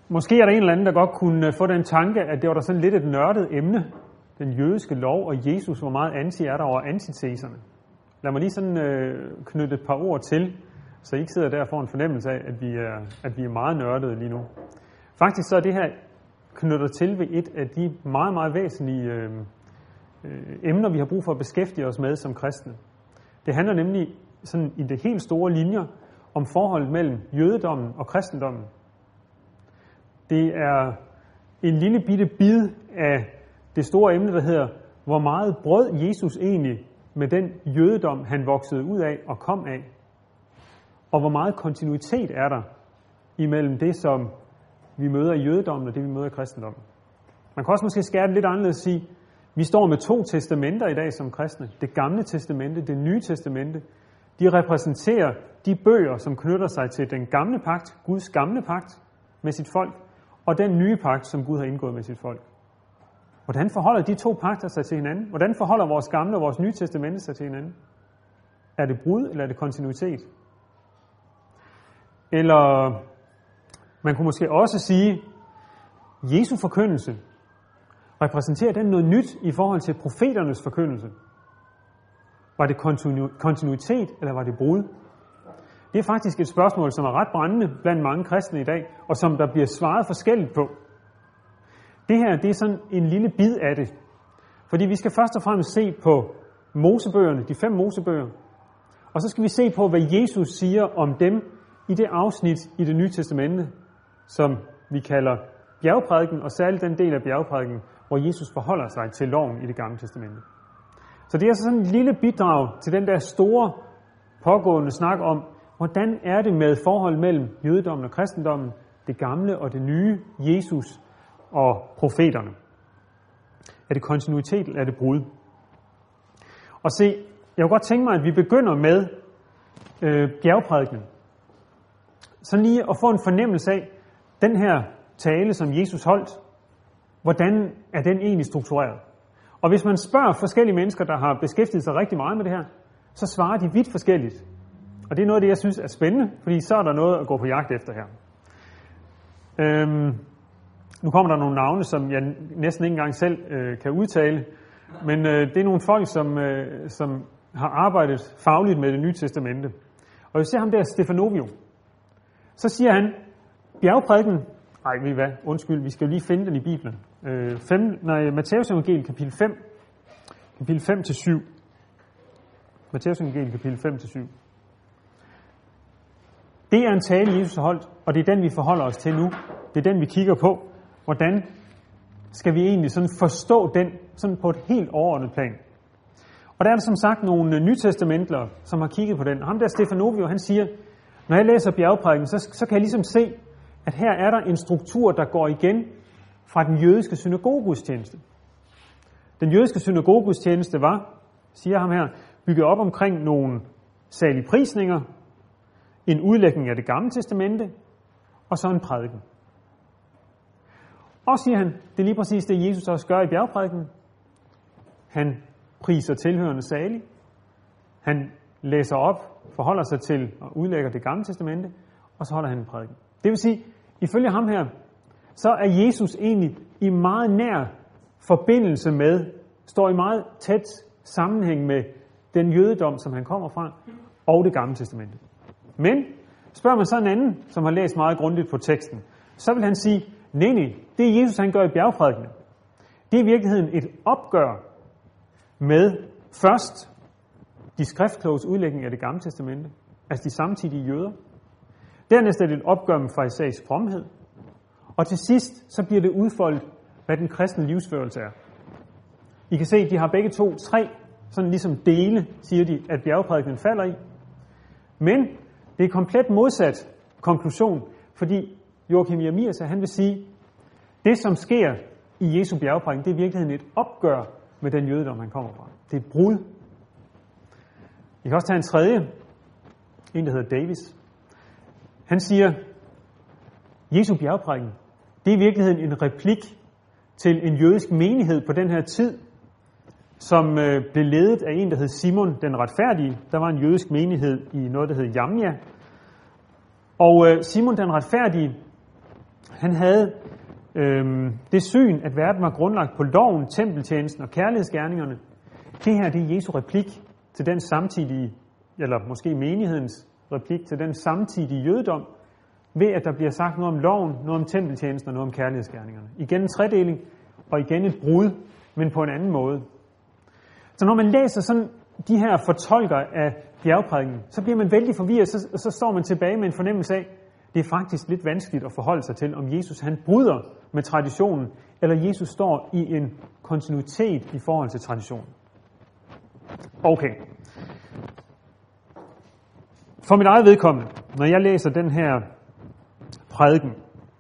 Måske er der en eller anden, der godt kunne få den tanke, at det var der sådan lidt et nørdet emne, den jødiske lov og Jesus, hvor meget anti er der over antiteserne. Lad mig lige sådan knytte et par ord til, så I ikke sidder der og får en fornemmelse af, at vi er meget nørdede lige nu. Faktisk så er det her knyttet til ved et af de meget, meget væsentlige emner, vi har brug for at beskæftige os med som kristne. Det handler nemlig sådan i det helt store linjer om forholdet mellem jødedommen og kristendommen. Det er en lille bitte bid af det store emne, der hedder, hvor meget brød Jesus egentlig med den jødedom, han voksede ud af og kom af. Og hvor meget kontinuitet er der imellem det, som vi møder i jødedommen og det, vi møder i kristendommen. Man kan også måske skære det lidt anderledes og sige, vi står med 2 testamenter i dag som kristne. Det gamle testamente, det nye testamente. De repræsenterer de bøger, som knytter sig til den gamle pagt, Guds gamle pagt med sit folk, og den nye pagt, som Gud har indgået med sit folk. Hvordan forholder de 2 pagter sig til hinanden? Hvordan forholder vores gamle og vores nye testamente sig til hinanden? Er det brud, eller er det kontinuitet? Eller man kunne måske også sige, Jesu forkyndelse, repræsenterer den noget nyt i forhold til profeternes forkyndelse? Var det kontinuitet, eller var det brud? Det er faktisk et spørgsmål, som er ret brændende blandt mange kristne i dag, og som der bliver svaret forskelligt på. Det her, det er sådan en lille bid af det. Fordi vi skal først og fremmest se på Mosebøgerne, de 5 Mosebøger, og så skal vi se på, hvad Jesus siger om dem i det afsnit i det nye testamente, som vi kalder bjergprædiken, og særligt den del af bjergprædiken, hvor Jesus forholder sig til loven i det gamle testamente. Så det er altså sådan en lille bidrag til den der store pågående snak om, hvordan er det med forholdet mellem jødedommen og kristendommen, det gamle og det nye, Jesus og profeterne. Er det kontinuitet, eller er det brud? Og se, jeg kunne godt tænke mig, at vi begynder med bjergprædikenen. Så lige at få en fornemmelse af, den her tale, som Jesus holdt, hvordan er den egentlig struktureret? Og hvis man spørger forskellige mennesker, der har beskæftiget sig rigtig meget med det her, så svarer de vidt forskelligt. Og det er noget af det, jeg synes er spændende, fordi så er der noget at gå på jagt efter her. Nu kommer der nogle navne, som jeg næsten ikke engang selv kan udtale, men det er nogle folk, som har arbejdet fagligt med det nye testamente. Og hvis jeg ser ham der, Stefanovio, så siger han, bjergprædiken, ved I hvad, undskyld, vi skal jo lige finde den i Bibelen. Matthæus evangeliet kapitel 5, kapitel 5-7. Matthæus evangeliet kapitel 5-7. Det er en tale, Jesus har holdt, og det er den, vi forholder os til nu. Det er den, vi kigger på. Hvordan skal vi egentlig sådan forstå den sådan på et helt overordnet plan? Og der er der som sagt nogle nytestamentler, som har kigget på den. Ham der Stefanovio, han siger, når jeg læser bjergprædiken, så kan jeg ligesom se, at her er der en struktur, der går igen fra den jødiske synagogegudstjeneste. Den jødiske synagogegudstjeneste var, siger ham her, bygget op omkring nogle saligprisninger, en udlægning af det gamle testamente, og så en prædiken. Og siger han, det er lige præcis det, Jesus også gør i bjergprædiken. Han priser tilhørende salig. Han læser op, forholder sig til og udlægger det gamle testamente, og så holder han en prædiken. Det vil sige, ifølge ham her, så er Jesus egentlig i meget nær forbindelse med, står i meget tæt sammenhæng med den jødedom, som han kommer fra, og det gamle testamente. Men spørger man så en anden, som har læst meget grundigt på teksten, så vil han sige, nej, det Jesus han gør i bjergprædikene, det er i virkeligheden et opgør med først de skriftkloges udlægning af det gamle testamente, altså de samtidige jøder. Dernæst er det et opgør med farisæisk fromhed. Og til sidst, så bliver det udfoldet, hvad den kristne livsførelse er. I kan se, at de har begge 3 sådan ligesom dele, siger de, at bjergprædikenen falder i. Men det er komplet modsat konklusion, fordi Joachim Jeremias, han vil sige, det som sker i Jesu bjergprædiken, det er i virkeligheden et opgør med den jødedom, han kommer fra. Det er et brud. I kan også tage en tredje, en der hedder Davis. Han siger, Jesu bjergprædiken, det er i virkeligheden en replik til en jødisk menighed på den her tid, som blev ledet af en, der hed Simon den Retfærdige. Der var en jødisk menighed i noget, der hed Jamnia. Og Simon den Retfærdige han havde det syn, at verden var grundlagt på loven, tempeltjenesten og kærlighedsgerningerne. Det her, det er Jesu replik til den samtidige, eller måske menighedens replik til den samtidige jødedom, ved at der bliver sagt noget om loven, noget om tempeltjenesten og noget om kærlighedsgerningerne. Igen en tredeling, og igen et brud, men på en anden måde. Så når man læser sådan de her fortolker af bjergprædiken, så bliver man vældig forvirret, så står man tilbage med en fornemmelse af, det er faktisk lidt vanskeligt at forholde sig til, om Jesus han bryder med traditionen, eller Jesus står i en kontinuitet i forhold til traditionen. Okay. For mit eget vedkommende, når jeg læser den her prædiken,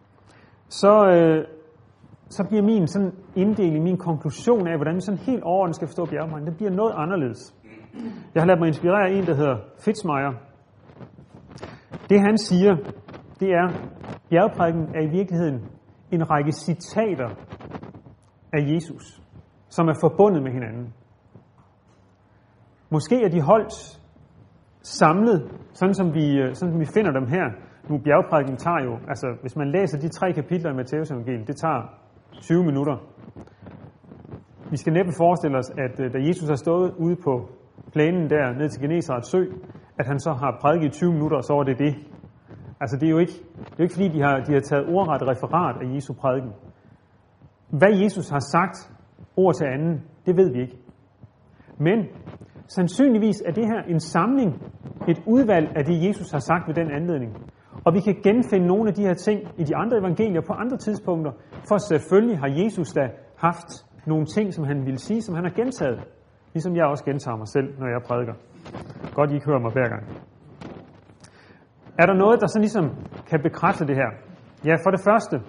så bliver min sådan inddeling, min konklusion af, hvordan vi sådan helt overordnet skal forstå bjergprædiken, det bliver noget anderledes. Jeg har ladet mig inspirere af en, der hedder Fitzmyer. Det han siger, det er, bjergprædiken er i virkeligheden en række citater af Jesus, som er forbundet med hinanden. Måske er de holdt samlet, sådan som vi finder dem her. Nu bjergprædiken tager jo, altså hvis man læser de 3 kapitler i Matthæus evangeliet, det tager 20 minutter. Vi skal næppe forestille os, at da Jesus har stået ude på plænen der ned til Genesarets sø, at han så har prædiket i 20 minutter, og så var det det. Altså det er jo ikke fordi, de har taget ordret referat af Jesu prædiken. Hvad Jesus har sagt, ord til anden, det ved vi ikke. Men sandsynligvis er det her en samling, et udvalg af det, Jesus har sagt ved den anledning. Og vi kan genfinde nogle af de her ting i de andre evangelier på andre tidspunkter, for selvfølgelig har Jesus da haft nogle ting, som han ville sige, som han har gentaget. Ligesom jeg også gentager mig selv, når jeg prædiker. Godt, I ikke hører mig hver gang. Er der noget, der så ligesom kan bekræfte det her? Ja, for det første.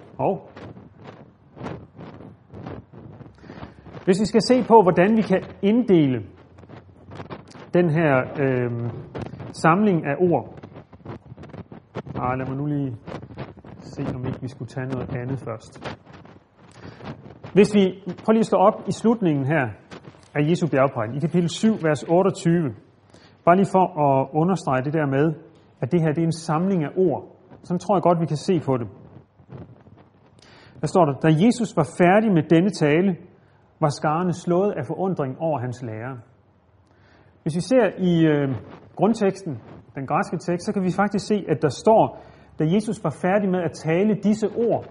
Hvis vi skal se på, hvordan vi kan inddele den her samling af ord. Lad mig nu lige se, om ikke vi skulle tage noget andet først. Hvis vi prøver lige at slå op i slutningen her af Jesu bjergprædiken, i kapitel 7, vers 28. Bare lige for at understrege det der med, at det her det er en samling af ord. Sådan tror jeg godt, vi kan se på det. Der står der, da Jesus var færdig med denne tale, var skarne slået af forundring over hans lære. Hvis vi ser i grundteksten, den græske tekst, så kan vi faktisk se, at der står, da Jesus var færdig med at tale disse ord.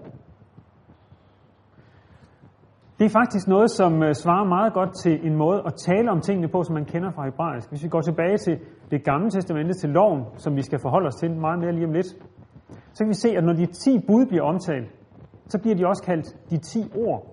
Det er faktisk noget, som svarer meget godt til en måde at tale om tingene på, som man kender fra hebraisk. Hvis vi går tilbage til det gamle testamente, til loven, som vi skal forholde os til meget mere lige om lidt, så kan vi se, at når de 10 bud bliver omtalt, så bliver de også kaldt de 10 ord.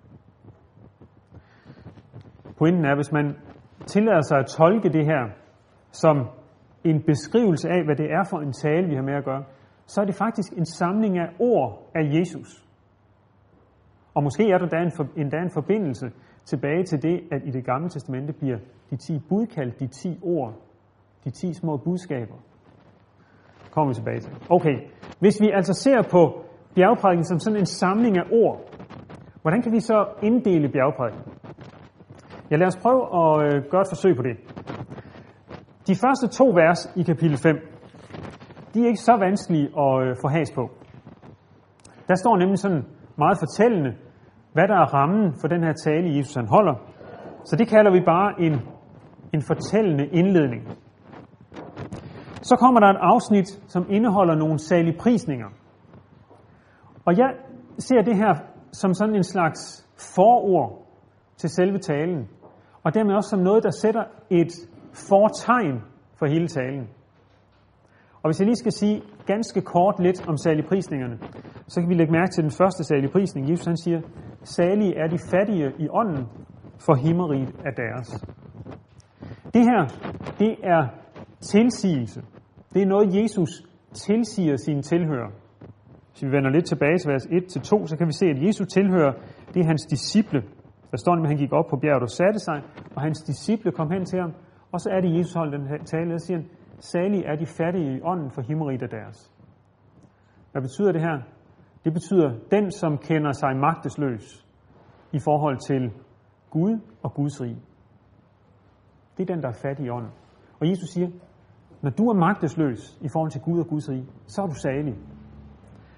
Pointen er, hvis man tillader sig at tolke det her som en beskrivelse af, hvad det er for en tale, vi har med at gøre, så er det faktisk en samling af ord af Jesus. Og måske er der endda en forbindelse tilbage til det, at i det gamle testamente bliver de 10 bud kaldt de 10 ord, de 10 små budskaber. Kommer vi tilbage til. Okay, hvis vi altså ser på bjergprædiken som sådan en samling af ord, hvordan kan vi så inddele bjergprædiken? Ja, lad os prøve at gøre et forsøg på det. De første 2 vers i kapitel 5, de er ikke så vanskelige at få has på. Der står nemlig sådan meget fortællende, hvad der er rammen for den her tale, Jesus han holder. Så det kalder vi bare en fortællende indledning. Så kommer der et afsnit, som indeholder nogle saligprisninger. Og jeg ser det her som sådan en slags forord til selve talen, og dermed også som noget, der sætter et fortegn for hele talen. Og hvis jeg lige skal sige ganske kort lidt om saligprisningerne, så kan vi lægge mærke til den første saligprisning. Jesus han siger, salige er de fattige i ånden, for himmeriget er deres. Det her, det er tilsigelse. Det er noget, Jesus tilsiger sine tilhører. Hvis vi vender lidt tilbage til vers 1-2, så kan vi se, at Jesus tilhører, det er hans disciple. Der står, at han gik op på bjerget og satte sig, og hans disciple kom hen til ham. Og så er det, Jesus holdt den her tale, og siger, salige er de fattige i ånden, for himmeriget er deres. Hvad betyder det her? Det betyder, den, som kender sig magtesløs i forhold til Gud og Guds rige. Det er den, der er fattig i ånden. Og Jesus siger, når du er magtesløs i forhold til Gud og Guds rige, så er du salig.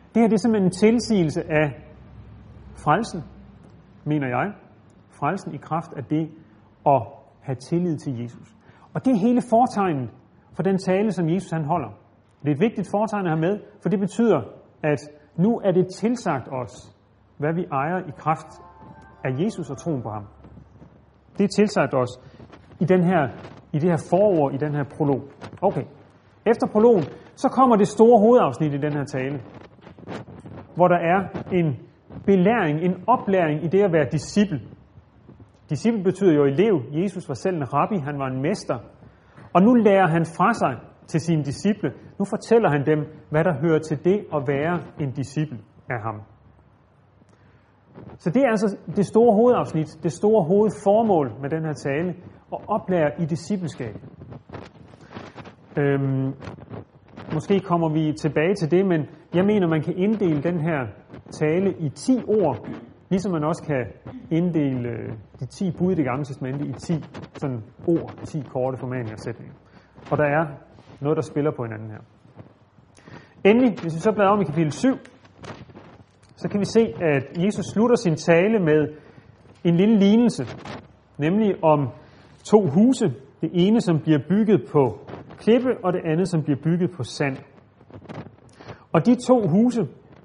Det her det er simpelthen en tilsigelse af frelsen, mener jeg. Frelsen i kraft af det at have tillid til Jesus. Og det er hele fortegnet for den tale, som Jesus han holder. Det er et vigtigt foretegn at have med, for det betyder, at nu er det tilsagt os, hvad vi ejer i kraft af Jesus og troen på ham. Det er tilsagt os i det her forord, i den her prolog. Okay. Efter prologen, så kommer det store hovedafsnit i den her tale, hvor der er en belæring, en oplæring i det at være disciple. Disciple betyder jo elev. Jesus var selv en rabbi, han var en mester. Og nu lærer han fra sig til sine disciple. Nu fortæller han dem, hvad der hører til det at være en disciple af ham. Så det er altså det store hovedafsnit, det store hovedformål med den her tale, at oplære i discipleskab. Måske kommer vi tilbage til det, men jeg mener, man kan inddele den her tale i 10 ord, ligesom man også kan inddele de 10 bud i Det Gamle Testamente i 10 sådan ord, 10 korte formaninger og sætninger. Og der er noget, der spiller på hinanden her. Endelig, hvis vi så bladrer om i kapitel 7, så kan vi se, at Jesus slutter sin tale med en lille lignelse, nemlig om 2 huse. Det ene, som bliver bygget på klippe, og det andet, som bliver bygget på sand. Og de 2 huse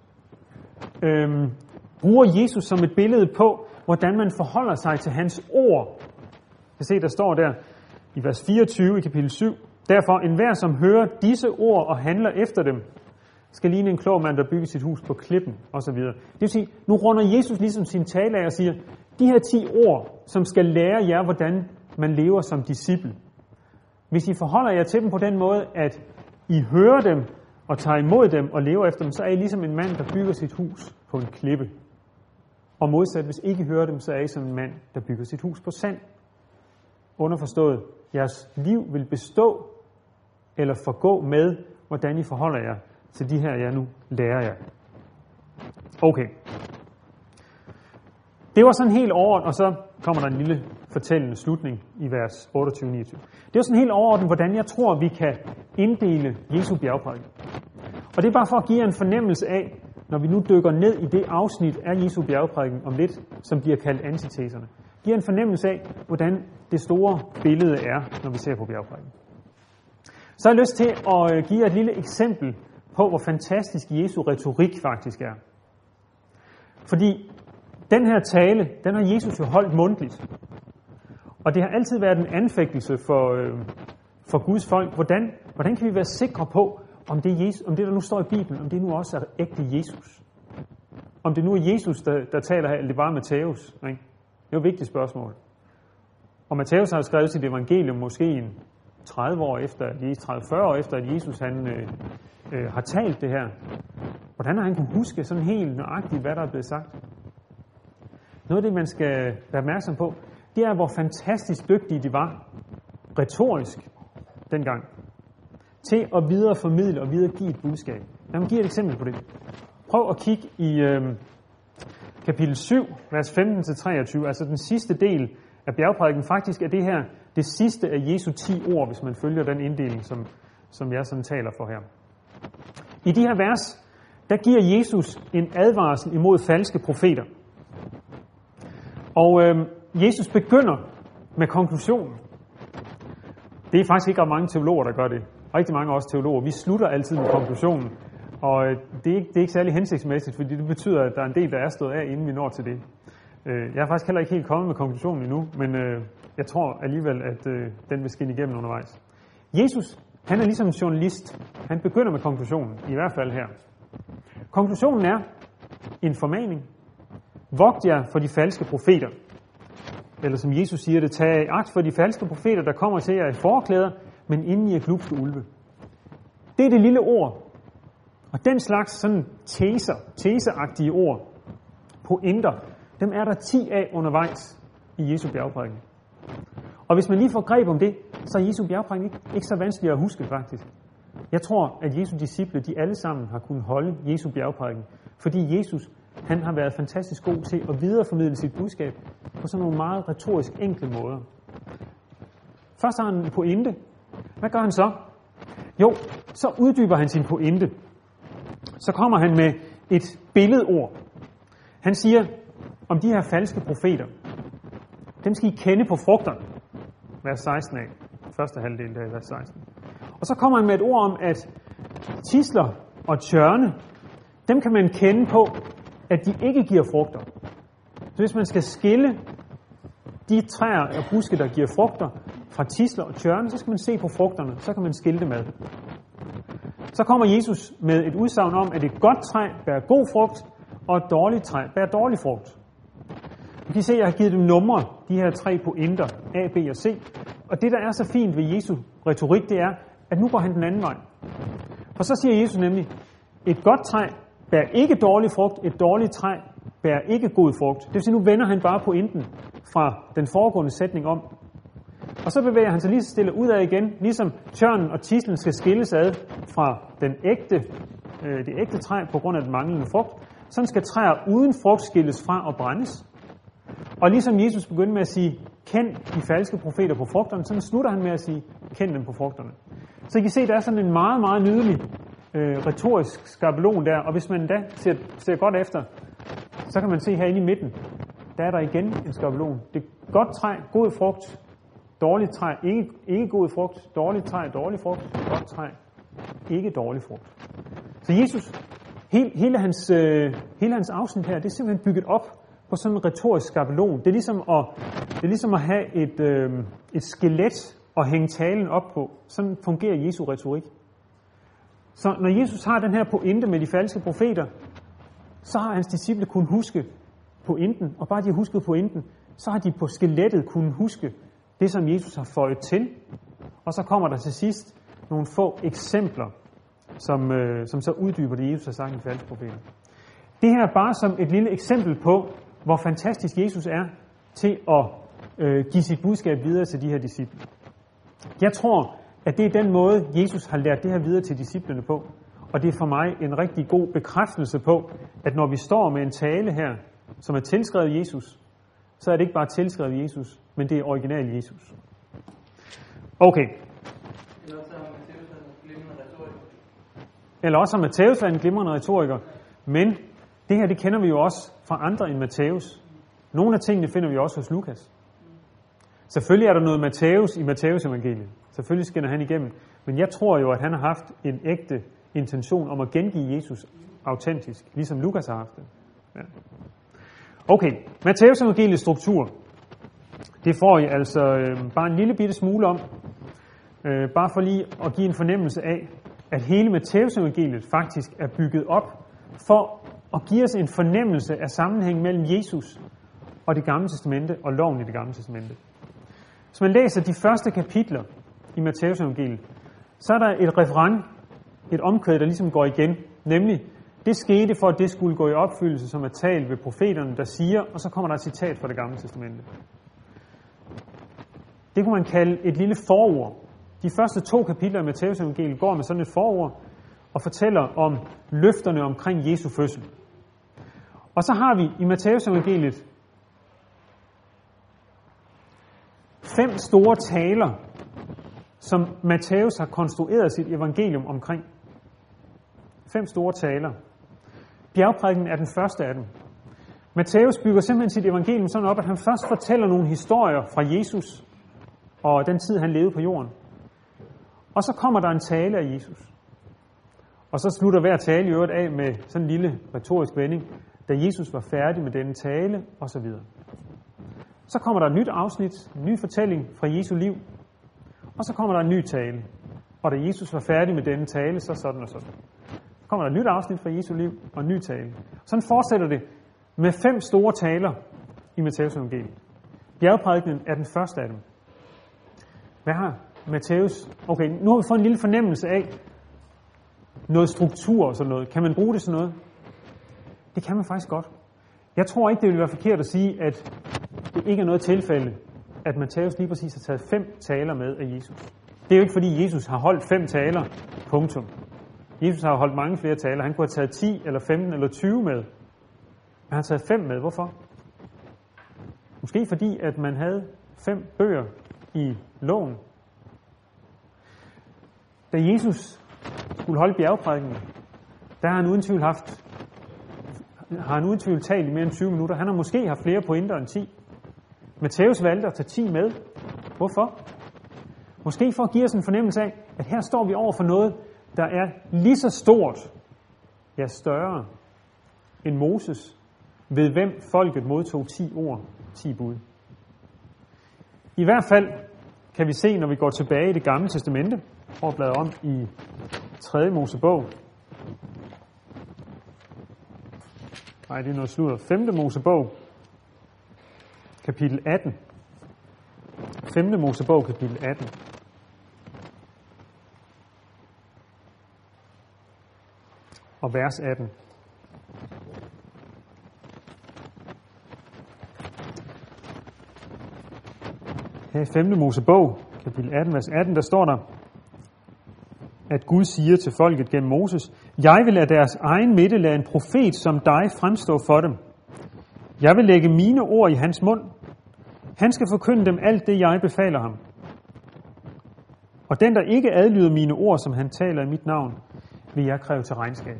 bruger Jesus som et billede på, hvordan man forholder sig til hans ord. Jeg kan se, der står der i vers 24 i kapitel 7. Derfor, enhver, som hører disse ord og handler efter dem, skal ligne en klog mand, der bygger sit hus på klippen, osv. Det vil sige, nu runder Jesus ligesom sin tale af og siger, de her 10 ord, som skal lære jer, hvordan man lever som disciple. Hvis I forholder jer til dem på den måde, at I hører dem og tager imod dem og lever efter dem, så er I ligesom en mand, der bygger sit hus på en klippe. Og modsat, hvis I ikke hører dem, så er I som en mand, der bygger sit hus på sand. Underforstået, jeres liv vil bestå eller forgå med, hvordan I forholder jer til de her, jeg nu lærer jer. Okay. Det var sådan helt overordnet, og så kommer der en lille fortællende slutning i vers 28-29. Det var sådan helt overordnet, hvordan jeg tror, vi kan inddele Jesu bjergprædiken. Og det er bare for at give jer en fornemmelse af, når vi nu dykker ned i det afsnit af Jesu bjergprædiken om lidt, som bliver kaldt antiteserne. Giver en fornemmelse af, hvordan det store billede er, når vi ser på bjergprædiken. Så har jeg lyst til at give jer et lille eksempel på, hvor fantastisk Jesu retorik faktisk er. Fordi den her tale, den har Jesus jo holdt mundtligt. Og det har altid været en anfægtelse for Guds folk. Hvordan kan vi være sikre på, om det, der nu står i Bibelen, om det nu også er ægte Jesus? Om det nu er Jesus, der taler her, eller det bare er Matthæus? Ikke? Det er jo et vigtigt spørgsmål. Og Matthæus har skrevet sit evangelium måske 30 år efter, 30-40 år efter, at Jesus har talt det her. Hvordan har han kunne huske sådan helt nøjagtigt, hvad der er blevet sagt? Noget af det, man skal være opmærksom på, det er, hvor fantastisk dygtige de var, retorisk dengang, til at videreformidle og videregive et budskab. Lad mig give et eksempel på det. Prøv at kigge i kapitel 7, vers 15-23, altså den sidste del af bjergprædiken. Faktisk er det her det sidste af Jesu 10 ord, hvis man følger den inddeling, som jeg sådan taler for her. I de her vers, der giver Jesus en advarsel imod falske profeter. Og Jesus begynder med konklusionen. Det er faktisk ikke ret mange teologer, der gør det. Rigtig mange af os teologer, vi slutter altid med konklusionen. Og det er ikke særlig hensigtsmæssigt, fordi det betyder, at der er en del, der er stået af, inden vi når til det. Jeg er faktisk heller ikke helt kommet med konklusionen endnu, men jeg tror alligevel, at den vil skinne igennem undervejs. Jesus, han er ligesom en journalist. Han begynder med konklusionen, i hvert fald her. Konklusionen er en formaning. Vogt jer for de falske profeter. Eller som Jesus siger det, tag agt for de falske profeter, der kommer til jer i forklæder, men inden I er glupske ulve. Det er det lille ord. Og den slags sådan teseragtige ord, pointer, dem er der 10 af undervejs i Jesu bjergprædiken. Og hvis man lige får greb om det, så er Jesu bjergprædiken ikke så vanskelig at huske faktisk. Jeg tror, at Jesu disciple, de alle sammen har kunnet holde Jesu bjergprædiken, fordi Jesus, han har været fantastisk god til at videreformidle sit budskab på sådan nogle meget retorisk enkle måder. Først har han en pointe. Hvad gør han så? Jo, så uddyber han sin pointe. Så kommer han med et billedord. Han siger om de her falske profeter, dem skal I kende på frugterne. Vers 16 af. Første halvdel der i vers 16. Og så kommer han med et ord om, at tisler og tjørne, dem kan man kende på, at de ikke giver frugter. Så hvis man skal skille de træer og buske, der giver frugter, fra tisler og tjørne, så skal man se på frugterne, så kan man skille dem ad. Så kommer Jesus med et udsagn om, at et godt træ bærer god frugt, og et dårligt træ bærer dårlig frugt. Du kan se, at jeg har givet dem numre, de her 3 pointer, A, B og C. Og det, der er så fint ved Jesu retorik, det er, at nu går han den anden vej. For så siger Jesus nemlig, et godt træ bærer ikke dårlig frugt, et dårligt træ bærer ikke god frugt. Det vil sige, nu vender han bare pointen fra den foregående sætning om. Og så bevæger han sig lige så stille ud af igen, ligesom tjørnen og tislen skal skilles ad fra det ægte træ på grund af den manglende frugt. Sådan skal træer uden frugt skilles fra og brændes. Og ligesom Jesus begyndte med at sige, kend de falske profeter på frugterne, så slutter han med at sige, kend dem på frugterne. Så I kan se, at der er sådan en meget, meget nydelig retorisk skabelon der, og hvis man da ser godt efter, så kan man se herinde i midten, der er der igen en skabelon. Det er godt træ, god frugt, dårligt træ, ikke god frugt, dårligt træ, dårlig frugt, godt træ, ikke dårlig frugt. Så Jesus, hele hans afsnit her, det er simpelthen bygget op på sådan en retorisk skabelon. Det er ligesom at have et skelet at hænge talen op på. Sådan fungerer Jesu retorik. Så når Jesus har den her pointe med de falske profeter, så har hans disciple kunnet huske pointen, og bare de har husket pointen, så har de på skelettet kunnet huske det, som Jesus har føjet til. Og så kommer der til sidst nogle få eksempler, som så uddyber det, Jesus har sagt om de falske profeter. Det her er bare som et lille eksempel på, hvor fantastisk Jesus er til at give sit budskab videre til de her disciple. Jeg tror, at det er den måde, Jesus har lært det her videre til disciplene på. Og det er for mig en rigtig god bekræftelse på, at når vi står med en tale her, som er tilskrevet Jesus, så er det ikke bare tilskrevet Jesus, men det er original Jesus. Okay. Eller også har Matthæus været en glimrende retoriker, men det her, det kender vi jo også fra andre end Matthæus. Nogle af tingene finder vi også hos Lukas. Selvfølgelig er der noget Matthæus i Matthæus evangeliet. Selvfølgelig skinner han igennem. Men jeg tror jo, at han har haft en ægte intention om at gengive Jesus autentisk, ligesom Lukas har haft det. Ja. Okay, Matthæus evangeliets struktur. Det får I altså bare en lille bitte smule om. Bare for lige at give en fornemmelse af, at hele Matthæus evangeliet faktisk er bygget op for at give os en fornemmelse af sammenhæng mellem Jesus og det gamle testamente og loven i det gamle testamente. Hvis man læser de første kapitler i Matthæus evangeliet, så er der et referent, et omkvæd, der ligesom går igen, nemlig, det skete for, at det skulle gå i opfyldelse, som er talt ved profeterne, der siger, og så kommer der et citat fra det gamle testamente. Det kunne man kalde et lille forord. De første 2 kapitler i Matthæus evangeliet går med sådan et forord, og fortæller om løfterne omkring Jesu fødsel. Og så har vi i Matthæus evangeliet 5 store taler, som Matthæus har konstrueret sit evangelium omkring. 5 store taler. Bjergprædiken er den første af dem. Matthæus bygger simpelthen sit evangelium sådan op, at han først fortæller nogle historier fra Jesus og den tid, han levede på jorden. Og så kommer der en tale af Jesus. Og så slutter hver tale i øvrigt af med sådan en lille retorisk vending, da Jesus var færdig med denne tale, osv. Så kommer der et nyt afsnit, en ny fortælling fra Jesu liv, og så kommer der en ny tale. Og da Jesus var færdig med denne tale, så sådan og sådan. Så kommer der et nyt afsnit fra Jesu liv og en ny tale. Sådan fortsætter det med 5 store taler i Matthæus evangeliet. Bjergprædikenen er den første af dem. Hvad har Matthæus? Okay, nu har vi fået en lille fornemmelse af noget struktur og sådan noget. Kan man bruge det sådan noget? Det kan man faktisk godt. Jeg tror ikke, det vil være forkert at sige, at det ikke er noget tilfælde, at Matthæus lige præcis har taget 5 taler med af Jesus. Det er jo ikke, fordi Jesus har holdt 5 taler, punktum. Jesus har holdt mange flere taler. Han kunne have taget 10 eller 15 eller 20 med. Men han har taget 5 med. Hvorfor? Måske fordi, at man havde 5 bøger i loven. Da Jesus skulle holde bjergprædiken, der har han uden tvivl haft har han uden tvivl talt i mere end 20 minutter. Han har måske haft flere pointer end 10. Matthæus valgte at tage 10 med. Hvorfor? Måske for at give os en fornemmelse af, at her står vi over for noget, der er lige så stort, ja større, end Moses, ved hvem folket modtog 10 ord, 10 bud. I hvert fald kan vi se, når vi går tilbage i Det Gamle Testamente, og bladrer om i 3. Mosebog. Nej, det er noget sludder. 5. Mosebog, kapitel 18. 5. Mosebog, kapitel 18. Og vers 18. Her i 5. Mosebog, kapitel 18, vers 18, der står der, at Gud siger til folket gennem Moses, jeg vil af deres egen midte lade en profet som dig fremstå for dem. Jeg vil lægge mine ord i hans mund. Han skal forkynde dem alt det, jeg befaler ham. Og den, der ikke adlyder mine ord, som han taler i mit navn, vil jeg kræve til regnskab.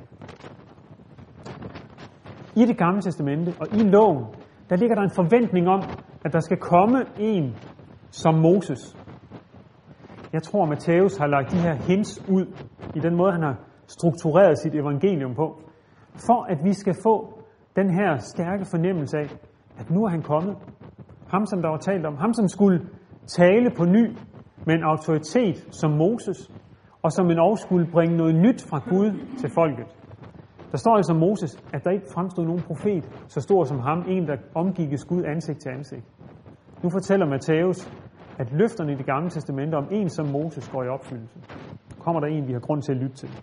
I Det Gamle Testamente og i loven, der ligger der en forventning om, at der skal komme en som Moses. Jeg tror, Matthæus har lagt de her hints ud i den måde, han har struktureret sit evangelium på, for at vi skal få den her stærke fornemmelse af, at nu er han kommet. Ham, som der var talt om. Ham, som skulle tale på ny med en autoritet som Moses, og som en også skulle bringe noget nyt fra Gud til folket. Der står altså om Moses, at der ikke fremstod nogen profet så stor som ham, en der omgikkes Gud ansigt til ansigt. Nu fortæller Matthæus, at løfterne i Det Gamle Testamente om en som Moses går i opfyldelse. Kommer der en, vi har grund til at lytte til.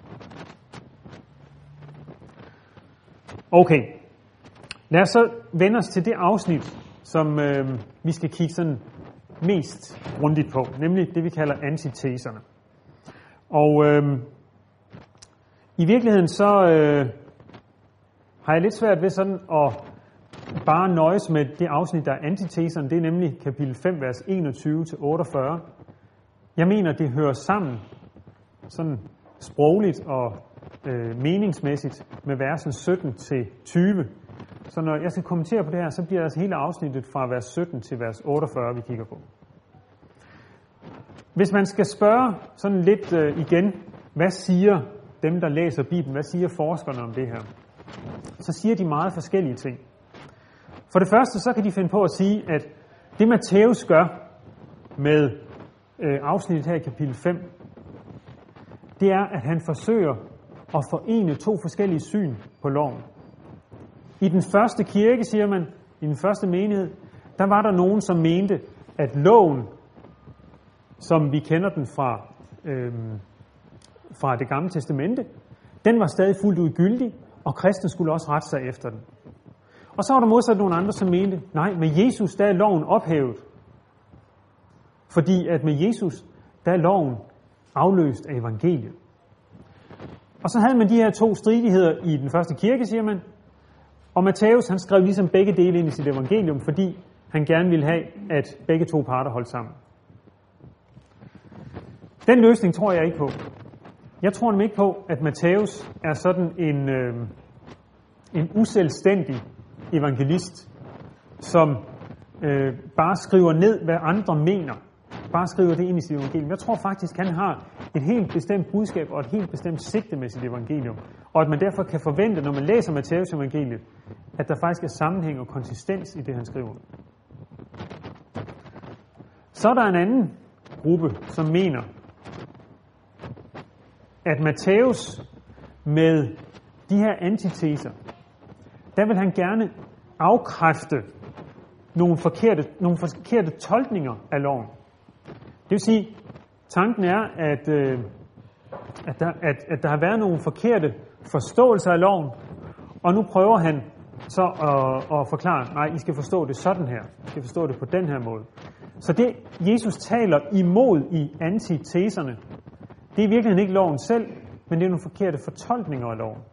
Okay, lad os så vende os til det afsnit, som vi skal kigge sådan mest grundigt på, nemlig det, vi kalder antiteserne. Og i virkeligheden så har jeg lidt svært ved sådan at bare nøjes med det afsnit, der er antiteserne. Det er nemlig kapitel 5, vers 21-48. Jeg mener, det hører sammen sådan sprogligt og meningsmæssigt med versen 17-20. Så når jeg skal kommentere på det her, så bliver altså hele afsnittet fra vers 17 til vers 48, vi kigger på. Hvis man skal spørge sådan lidt igen, hvad siger dem, der læser Bibelen, hvad siger forskerne om det her? Så siger de meget forskellige ting. For det første, så kan de finde på at sige, at det Matthæus gør med afsnittet her i kapitel 5, det er, at han forsøger at forene to forskellige syn på loven. I den første kirke, siger man, i den første menighed, der var der nogen, som mente, at loven, som vi kender den fra Det Gamle Testamente, den var stadig fuldt ud gyldig, og kristne skulle også rette sig efter den. Og så var der modsat nogle andre, som mente, nej, med Jesus, der er loven ophævet. Fordi at med Jesus, der er loven afløst af evangeliet. Og så havde man de her to stridigheder i den første kirke, siger man. Og Matthæus, han skrev ligesom begge dele ind i sit evangelium, fordi han gerne ville have, at begge to parter holdt sammen. Den løsning tror jeg ikke på. Jeg tror nemlig ikke på, at Matthæus er sådan en uselvstændig evangelist, som bare skriver ned, hvad andre mener. Bare skriver det ind i sit evangelium. Jeg tror faktisk, han har et helt bestemt budskab og et helt bestemt sigte med sit evangelium. Og at man derfor kan forvente, når man læser Matthæus evangeliet, at der faktisk er sammenhæng og konsistens i det, han skriver. Så er der en anden gruppe, som mener, at Matthæus med de her antiteser, der vil han gerne afkræfte nogle forkerte tolkninger af loven. Det vil sige, tanken er, at der har været nogle forkerte forståelser af loven, og nu prøver han så at forklare, nej, I skal forstå det sådan her. I skal forstå det på den her måde. Så det, Jesus taler imod i antiteserne, det er i virkeligheden ikke loven selv, men det er nogle forkerte fortolkninger af loven.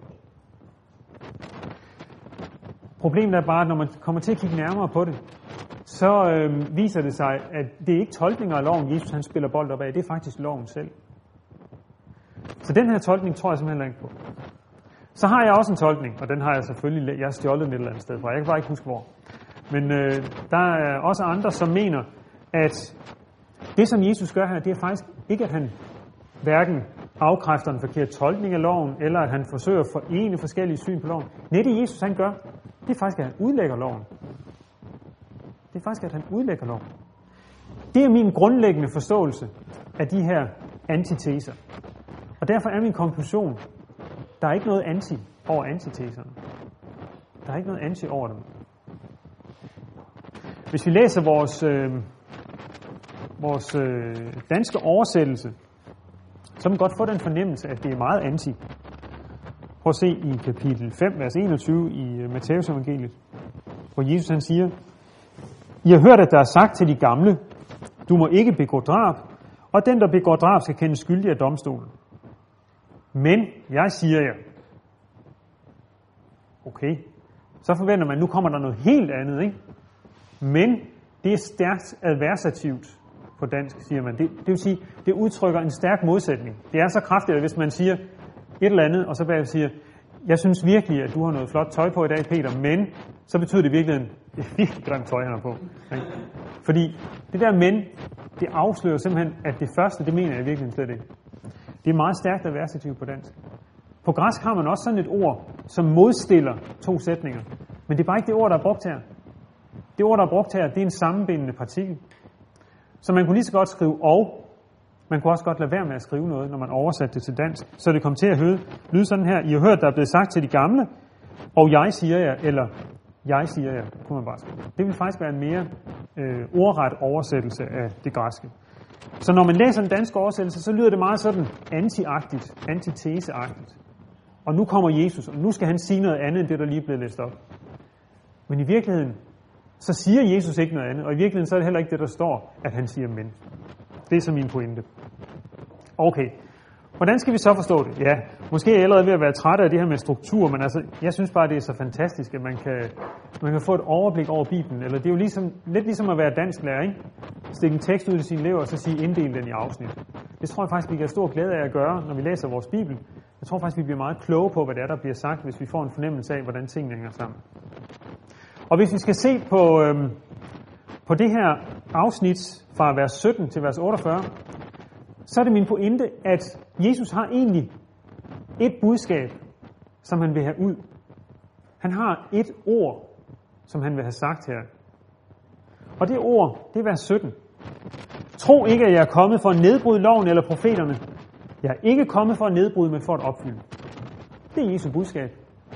Problemet er bare, at når man kommer til at kigge nærmere på det, så viser det sig, at det er ikke tolkninger af loven, Jesus han spiller bold op af, det er faktisk loven selv. Så den her tolkning tror jeg simpelthen ikke på. Så har jeg også en tolkning, og den har jeg selvfølgelig, jeg har stjålet den et eller andet sted fra. Jeg kan bare ikke huske hvor. Men der er også andre, som mener, at det, som Jesus gør her, det er faktisk ikke, at han hverken afkræfter en forkert tolkning af loven, eller at han forsøger at forene forskellige syn på loven. Nej, det Jesus han gør, det er faktisk, at han udlægger loven. Det er faktisk, at han udlægger loven. Det er min grundlæggende forståelse af de her antiteser. Og derfor er min konklusion, der er ikke noget anti over antiteserne. Der er ikke noget anti over dem. Hvis vi læser vores danske oversættelse, så kan man godt få den fornemmelse, at det er meget anti. Prøv at se i kapitel 5, vers 21 i Matthæus evangeliet, hvor Jesus han siger, I har hørt, at der er sagt til de gamle, du må ikke begå drab, og den, der begår drab, skal kendes skyldig af domstolen. Men jeg siger jer, okay, så forventer man, nu kommer der noget helt andet, ikke? Men det er stærkt adversativt på dansk, siger man. Det vil sige, det udtrykker en stærk modsætning. Det er så kraftigt, at hvis man siger et eller andet, og så bagefter siger, jeg synes virkelig, at du har noget flot tøj på i dag, Peter, men så betyder det virkelig, det er virkelig grimt tøj, han har på. Ikke? Fordi det der men, det afslører simpelthen, at det første, det mener jeg virkelig slet ikke. Det er meget stærkt adversativt på dansk. På græsk har man også sådan et ord, som modstiller to sætninger. Men det er bare ikke det ord, der er brugt her. Det ord, der er brugt her, det er en sammenbindende partikel. Så man kunne lige så godt skrive og. Man kunne også godt lade være med at skrive noget, når man oversatte det til dansk. Så det kom til at lyde sådan her. I har hørt, der er blevet sagt til de gamle, og jeg siger jer, eller jeg siger jer, kunne man bare skrive. Det vil faktisk være en mere ordret oversættelse af det græske. Så når man læser den danske oversættelse, så lyder det meget sådan anti-agtigt, antiteseagtigt. Og nu kommer Jesus, og nu skal han sige noget andet, end det, der lige er blevet læst op. Men i virkeligheden, så siger Jesus ikke noget andet, og i virkeligheden så er det heller ikke det, der står, at han siger men. Det er så min pointe. Okay, hvordan skal vi så forstå det? Ja, måske er jeg allerede ved at være træt af det her med struktur, men altså, jeg synes bare, det er så fantastisk, at man kan få et overblik over Bibelen. Eller det er jo lidt ligesom at være dansklærer, ikke? Stikke en tekst ud til sine elever, og så sige inddel den i afsnit. Det tror jeg faktisk, vi kan have stor glæde af at gøre, når vi læser vores Bibel. Jeg tror faktisk, vi bliver meget kloge på, hvad det er, der bliver sagt, hvis vi får en fornemmelse af, hvordan tingene hænger sammen. Og hvis vi skal se på det her afsnit fra vers 17 til vers 48, så er det min pointe, at Jesus har egentlig et budskab, som han vil have ud. Han har et ord, som han vil have sagt her. Og det ord, det er vers 17. Tro ikke, at jeg er kommet for at nedbryde loven eller profeterne. Jeg er ikke kommet for at nedbryde, men for at opfylde. Det er Jesu budskab.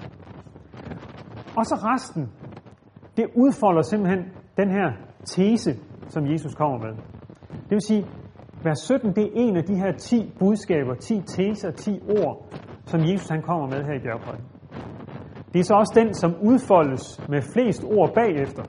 Og så resten, det udfolder simpelthen den her tese, som Jesus kommer med. Det vil sige, vers 17, det er en af de her 10 budskaber, 10 teser, 10 ord, som Jesus han kommer med her i bjergprædiken. Det er så også den, som udfoldes med flest ord bagefter.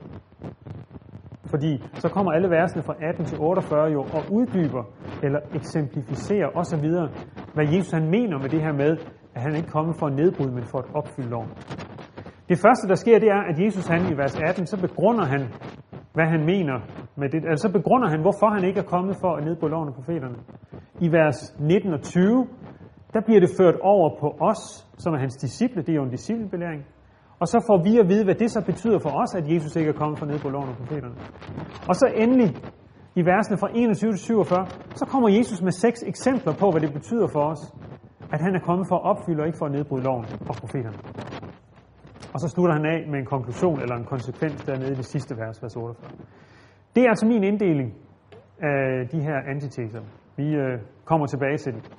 Fordi så kommer alle versene fra 18 til 48 jo og uddyber eller eksemplificerer osv., hvad Jesus han mener med det her med, at han ikke er kommet for at nedbryde, men for at opfylde loven. Det første, der sker, det er, at Jesus han i vers 18, så begrunder han, hvad han mener med det. Altså så begrunder han, hvorfor han ikke er kommet for at nedbryde loven og profeterne. I vers 19 og 20, der bliver det ført over på os, som er hans disciple. Det er jo en disciplebelæring. Og så får vi at vide, hvad det så betyder for os, at Jesus ikke er kommet for at nedbryde loven og profeterne. Og så endelig, i versene fra 21 til 47, så kommer Jesus med 6 eksempler på, hvad det betyder for os, at han er kommet for at opfylde og ikke for at nedbryde loven og profeterne. Og så slutter han af med en konklusion eller en konsekvens dernede i det sidste vers, vers 48. Det er altså min inddeling af de her antiteser. Vi kommer tilbage til det.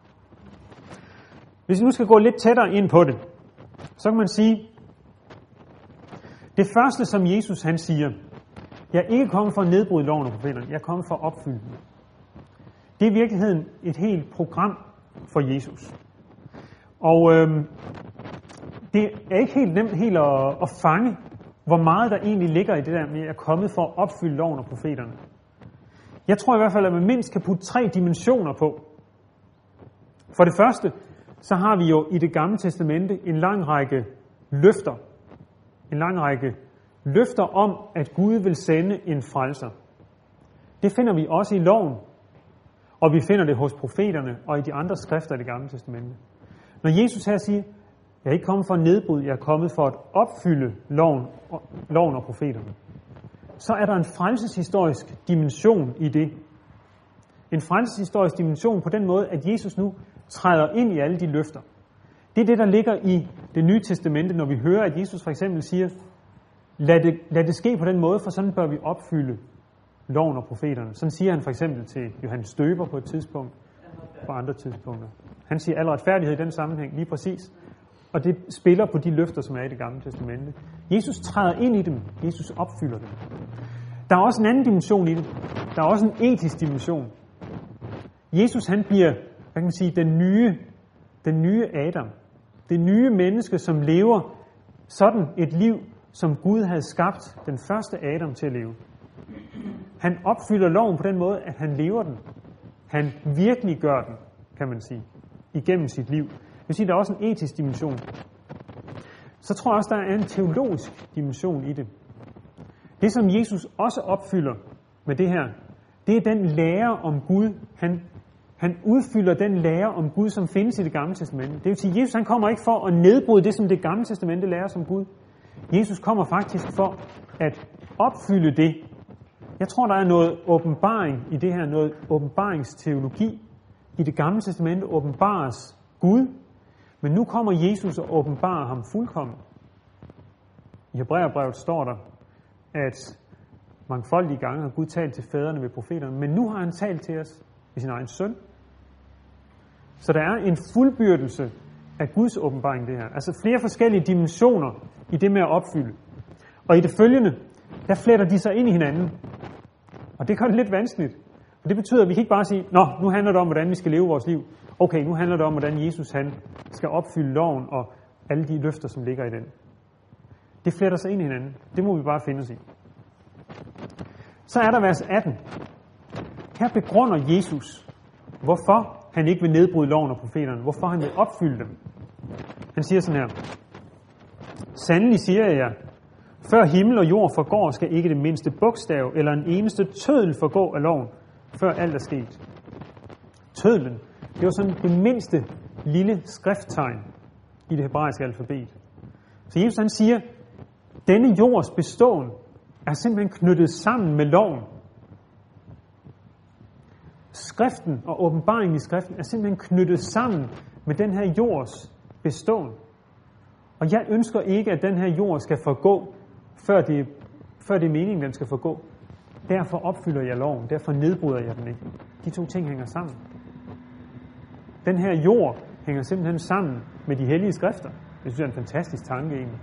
Hvis vi nu skal gå lidt tættere ind på det, så kan man sige, det første, som Jesus han siger, jeg er ikke kommet for at nedbryde loven og profeterne, jeg er kommet for at opfylde den. Det er i virkeligheden et helt program for Jesus. Og det er ikke helt nemt helt at fange, hvor meget der egentlig ligger i det der med, at jeg er kommet for at opfylde loven og profeterne. Jeg tror i hvert fald, at man mindst kan putte 3 dimensioner på. For det første, så har vi jo i det gamle testamente en lang række løfter. En lang række løfter om, at Gud vil sende en frelser. Det finder vi også i loven, og vi finder det hos profeterne og i de andre skrifter i det gamle testamente. Når Jesus her siger, Jeg er ikke kommet for at nedbryde, jeg er kommet for at opfylde loven og profeterne. Så er der en frelseshistorisk dimension i det. En frelseshistorisk dimension på den måde, at Jesus nu træder ind i alle de løfter. Det er det, der ligger i det nye testamente, når vi hører, at Jesus for eksempel siger, lad det ske på den måde, for sådan bør vi opfylde loven og profeterne. Sådan siger han for eksempel til Johannes Døber på et tidspunkt, på andre tidspunkter. Han siger al retfærdighed i den sammenhæng, lige præcis. Og det spiller på de løfter, som er i det gamle testamente. Jesus træder ind i dem. Jesus opfylder dem. Der er også en anden dimension i det. Der er også en etisk dimension. Jesus, han bliver, hvad kan man sige, den nye Adam. Det nye menneske, som lever sådan et liv, som Gud havde skabt den første Adam til at leve. Han opfylder loven på den måde, at han lever den. Han virkelig gør den, kan man sige, igennem sit liv. Det vil sige, der er også en etisk dimension. Så tror jeg også, der er en teologisk dimension i det. Det, som Jesus også opfylder med det her, det er den lære om Gud. Han udfylder den lære om Gud, som findes i det gamle testamente. Det vil sige, at Jesus han kommer ikke for at nedbryde det, som det gamle testamente lærer som Gud. Jesus kommer faktisk for at opfylde det. Jeg tror, der er noget åbenbaring i det her, noget åbenbaringsteologi. I det gamle testamente åbenbares Gud, men nu kommer Jesus og åbenbarer ham fuldkommen. I Hebræerbrevet står der, at mangfoldige gange har Gud talt til fædrene ved profeterne, men nu har han talt til os ved sin egen søn. Så der er en fuldbyrdelse af Guds åbenbaring det her. Altså flere forskellige dimensioner i det med at opfylde. Og i det følgende, der fletter de sig ind i hinanden. Og det gør det lidt vanskeligt. Og det betyder, at vi kan ikke bare sige, nu handler det om, hvordan vi skal leve vores liv. Okay, nu handler det om, hvordan Jesus han skal opfylde loven og alle de løfter, som ligger i den. Det fletter sig ind i hinanden. Det må vi bare finde os i. Så er der vers 18. Her begrunder Jesus, hvorfor han ikke vil nedbryde loven og profeterne. Hvorfor han vil opfylde dem. Han siger sådan her. Sandelig siger jeg jer, før himmel og jord forgår, skal ikke det mindste bogstav eller en eneste tøddel forgå af loven, før alt er sket. Tøddelen, det var sådan det mindste lille skrifttegn i det hebraiske alfabet. Så Jesus han siger, denne jords beståen er simpelthen knyttet sammen med loven. Skriften og åbenbaringen i skriften er simpelthen knyttet sammen med den her jords beståen. Og jeg ønsker ikke, at den her jord skal forgå, før det er meningen, den skal forgå. Derfor opfylder jeg loven, derfor nedbryder jeg den ikke. De to ting hænger sammen. Den her jord hænger simpelthen sammen med de hellige skrifter. Det synes jeg er en fantastisk tanke egentlig.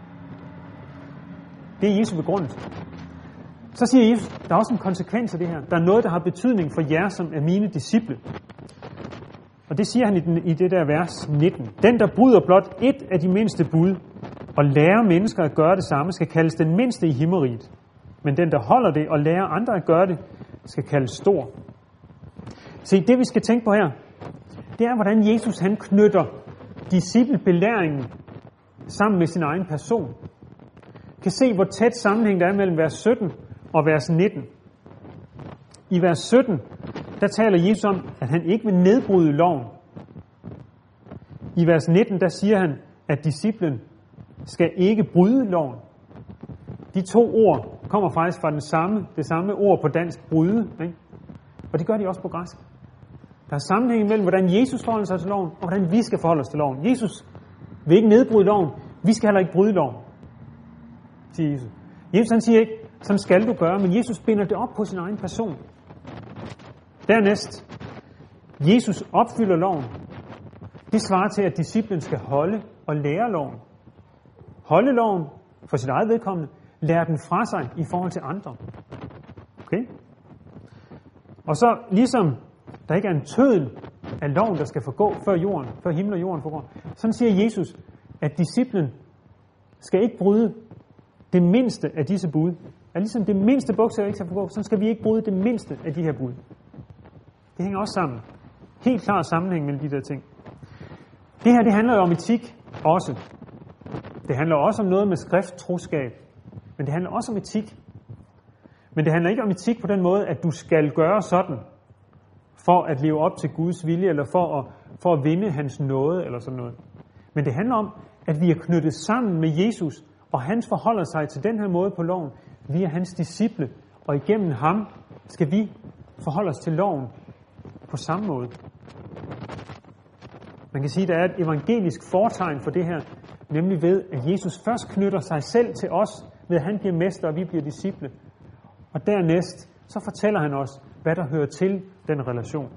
Det er Jesu begrundelse. Så siger Jesus, der er også en konsekvens af det her. Der er noget, der har betydning for jer, som er mine disciple. Og det siger han i det der vers 19. Den, der bryder blot et af de mindste bud, og lærer mennesker at gøre det samme, skal kaldes den mindste i himmeriget. Men den, der holder det og lærer andre at gøre det, skal kaldes stor. Se, det vi skal tænke på her, det er, hvordan Jesus han knytter disciplebelæringen sammen med sin egen person. Kan se, hvor tæt sammenhæng der er mellem vers 17 og vers 19. I vers 17, der taler Jesus om, at han ikke vil nedbryde loven. I vers 19, der siger han, at disciplen skal ikke bryde loven. De to ord kommer faktisk fra det samme ord på dansk, bryde. Ikke? Og det gør de også på græsk. Der er sammenhæng mellem, hvordan Jesus forholder sig til loven, og hvordan vi skal forholde os til loven. Jesus vil ikke nedbryde loven. Vi skal heller ikke bryde loven, siger Jesus. Jesus han siger ikke, sådan skal du gøre, men Jesus binder det op på sin egen person. Dernæst, Jesus opfylder loven. Det svarer til, at disciplen skal holde og lære loven. Holde loven for sit eget vedkommende, lære den fra sig i forhold til andre. Okay? Og så ligesom der ikke er en tøddel af loven, der skal forgå før himmel og jorden forgår, sådan siger Jesus, at disciplen skal ikke bryde det mindste af disse bud. At ligesom det mindste bogstav ikke skal forgå, så skal vi ikke bryde det mindste af de her bud. Det hænger også sammen. Helt klar sammenhæng mellem de der ting. Det her, det handler jo om etik også. Det handler også om noget med skrifttroskab. Men det handler også om etik. Men det handler ikke om etik på den måde, at du skal gøre sådan, for at leve op til Guds vilje, eller for at vinde hans nåde, eller sådan noget. Men det handler om, at vi er knyttet sammen med Jesus, og han forholder sig til den her måde på loven. Vi er hans disciple, og igennem ham skal vi forholde os til loven på samme måde. Man kan sige, at der er et evangelisk fortegn for det her, nemlig ved, at Jesus først knytter sig selv til os, ved at han bliver mester, og vi bliver disciple. Og dernæst, så fortæller han os, hvad der hører til den relation.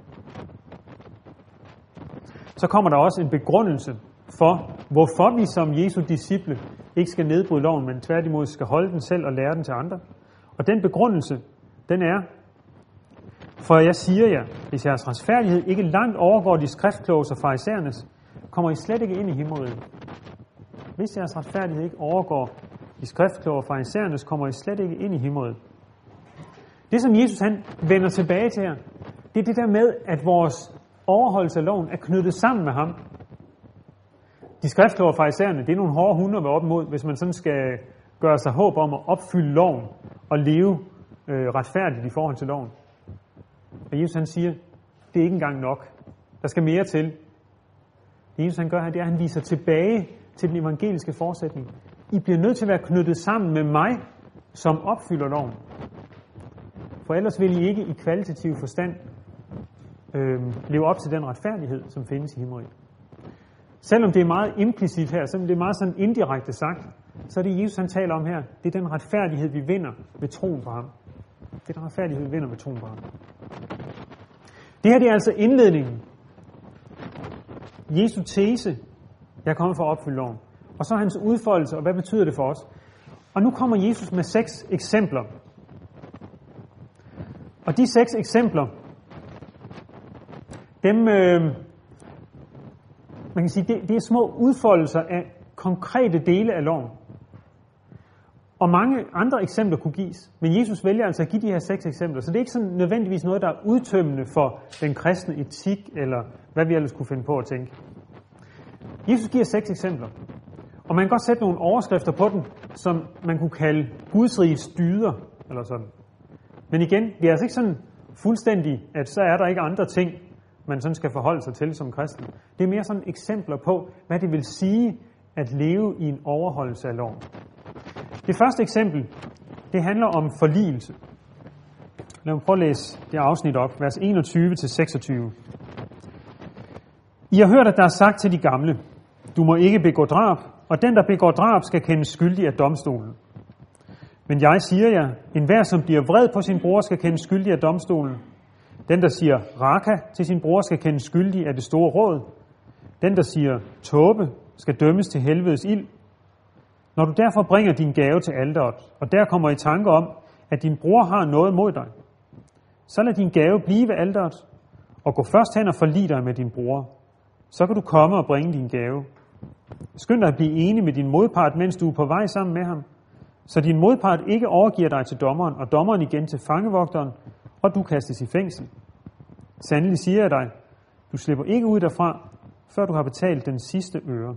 Så kommer der også en begrundelse for, hvorfor vi som Jesu disciple ikke skal nedbryde loven, men tværtimod skal holde den selv og lære den til andre. Og den begrundelse, den er, for jeg siger jer, hvis jeres retfærdighed ikke langt overgår de skriftkloges og farisæernes, kommer I slet ikke ind i himmelriget. Hvis jeres retfærdighed ikke overgår de skriftkloge og farisæernes, kommer I slet ikke ind i himmelriget. Det, som Jesus han vender tilbage til her, det er det der med, at vores overholdelse af loven er knyttet sammen med ham. De skriftkloge og farisæerne, det er nogle hårde hunde at være op imod, hvis man sådan skal gøre sig håb om at opfylde loven og leve retfærdigt i forhold til loven. Og Jesus han siger, det er ikke engang nok. Der skal mere til. Det Jesus han gør her, det er, at han viser tilbage til den evangeliske forsætning. I bliver nødt til at være knyttet sammen med mig, som opfylder loven. For ellers vil I ikke i kvalitativ forstand leve op til den retfærdighed, som findes i himmelriget. Selvom det er meget implicit her, selvom det er meget sådan indirekte sagt, så er det Jesus han taler om her, det er den retfærdighed, vi vinder ved troen på ham. Det er den retfærdighed, vi vinder ved troen på ham. Det her det er altså indledningen. Jesu tese, jeg er kommet for at opfylde loven. Og så hans udfoldelse, og hvad betyder det for os? Og nu kommer Jesus med 6 eksempler. Og de 6 eksempler, dem, man kan sige, det er små udfoldelser af konkrete dele af loven. Og mange andre eksempler kunne gives, men Jesus vælger altså at give de her 6 eksempler, så det er ikke sådan nødvendigvis noget, der er udtømmende for den kristne etik, eller hvad vi ellers kunne finde på at tænke. Jesus giver 6 eksempler, og man kan godt sætte nogle overskrifter på dem, som man kunne kalde Guds riges dyder, eller sådan. Men igen, det er altså ikke sådan fuldstændig, at så er der ikke andre ting, man sådan skal forholde sig til som kristen. Det er mere sådan eksempler på, hvad det vil sige at leve i en overholdelse af loven. Det første eksempel, det handler om forligelse. Lad mig prøve at læse det afsnit op, vers 21-26. I har hørt, at der er sagt til de gamle, du må ikke begå drab, og den, der begår drab, skal kendes skyldig af domstolen. Men jeg siger jer, enhver, som bliver vred på sin bror, skal kendes skyldig af domstolen. Den, der siger raka til sin bror, skal kendes skyldig af det store råd. Den, der siger tåbe, skal dømmes til helvedes ild. Når du derfor bringer din gave til alteret, og der kommer i tanke om, at din bror har noget mod dig, så lad din gave blive ved alteret, og gå først hen og forlig dig med din bror. Så kan du komme og bringe din gave. Skynd dig at blive enig med din modpart, mens du er på vej sammen med ham, så din modpart ikke overgiver dig til dommeren, og dommeren igen til fangevogteren, og du kastes i fængsel. Sandelig siger jeg dig, du slipper ikke ud derfra, før du har betalt den sidste øre.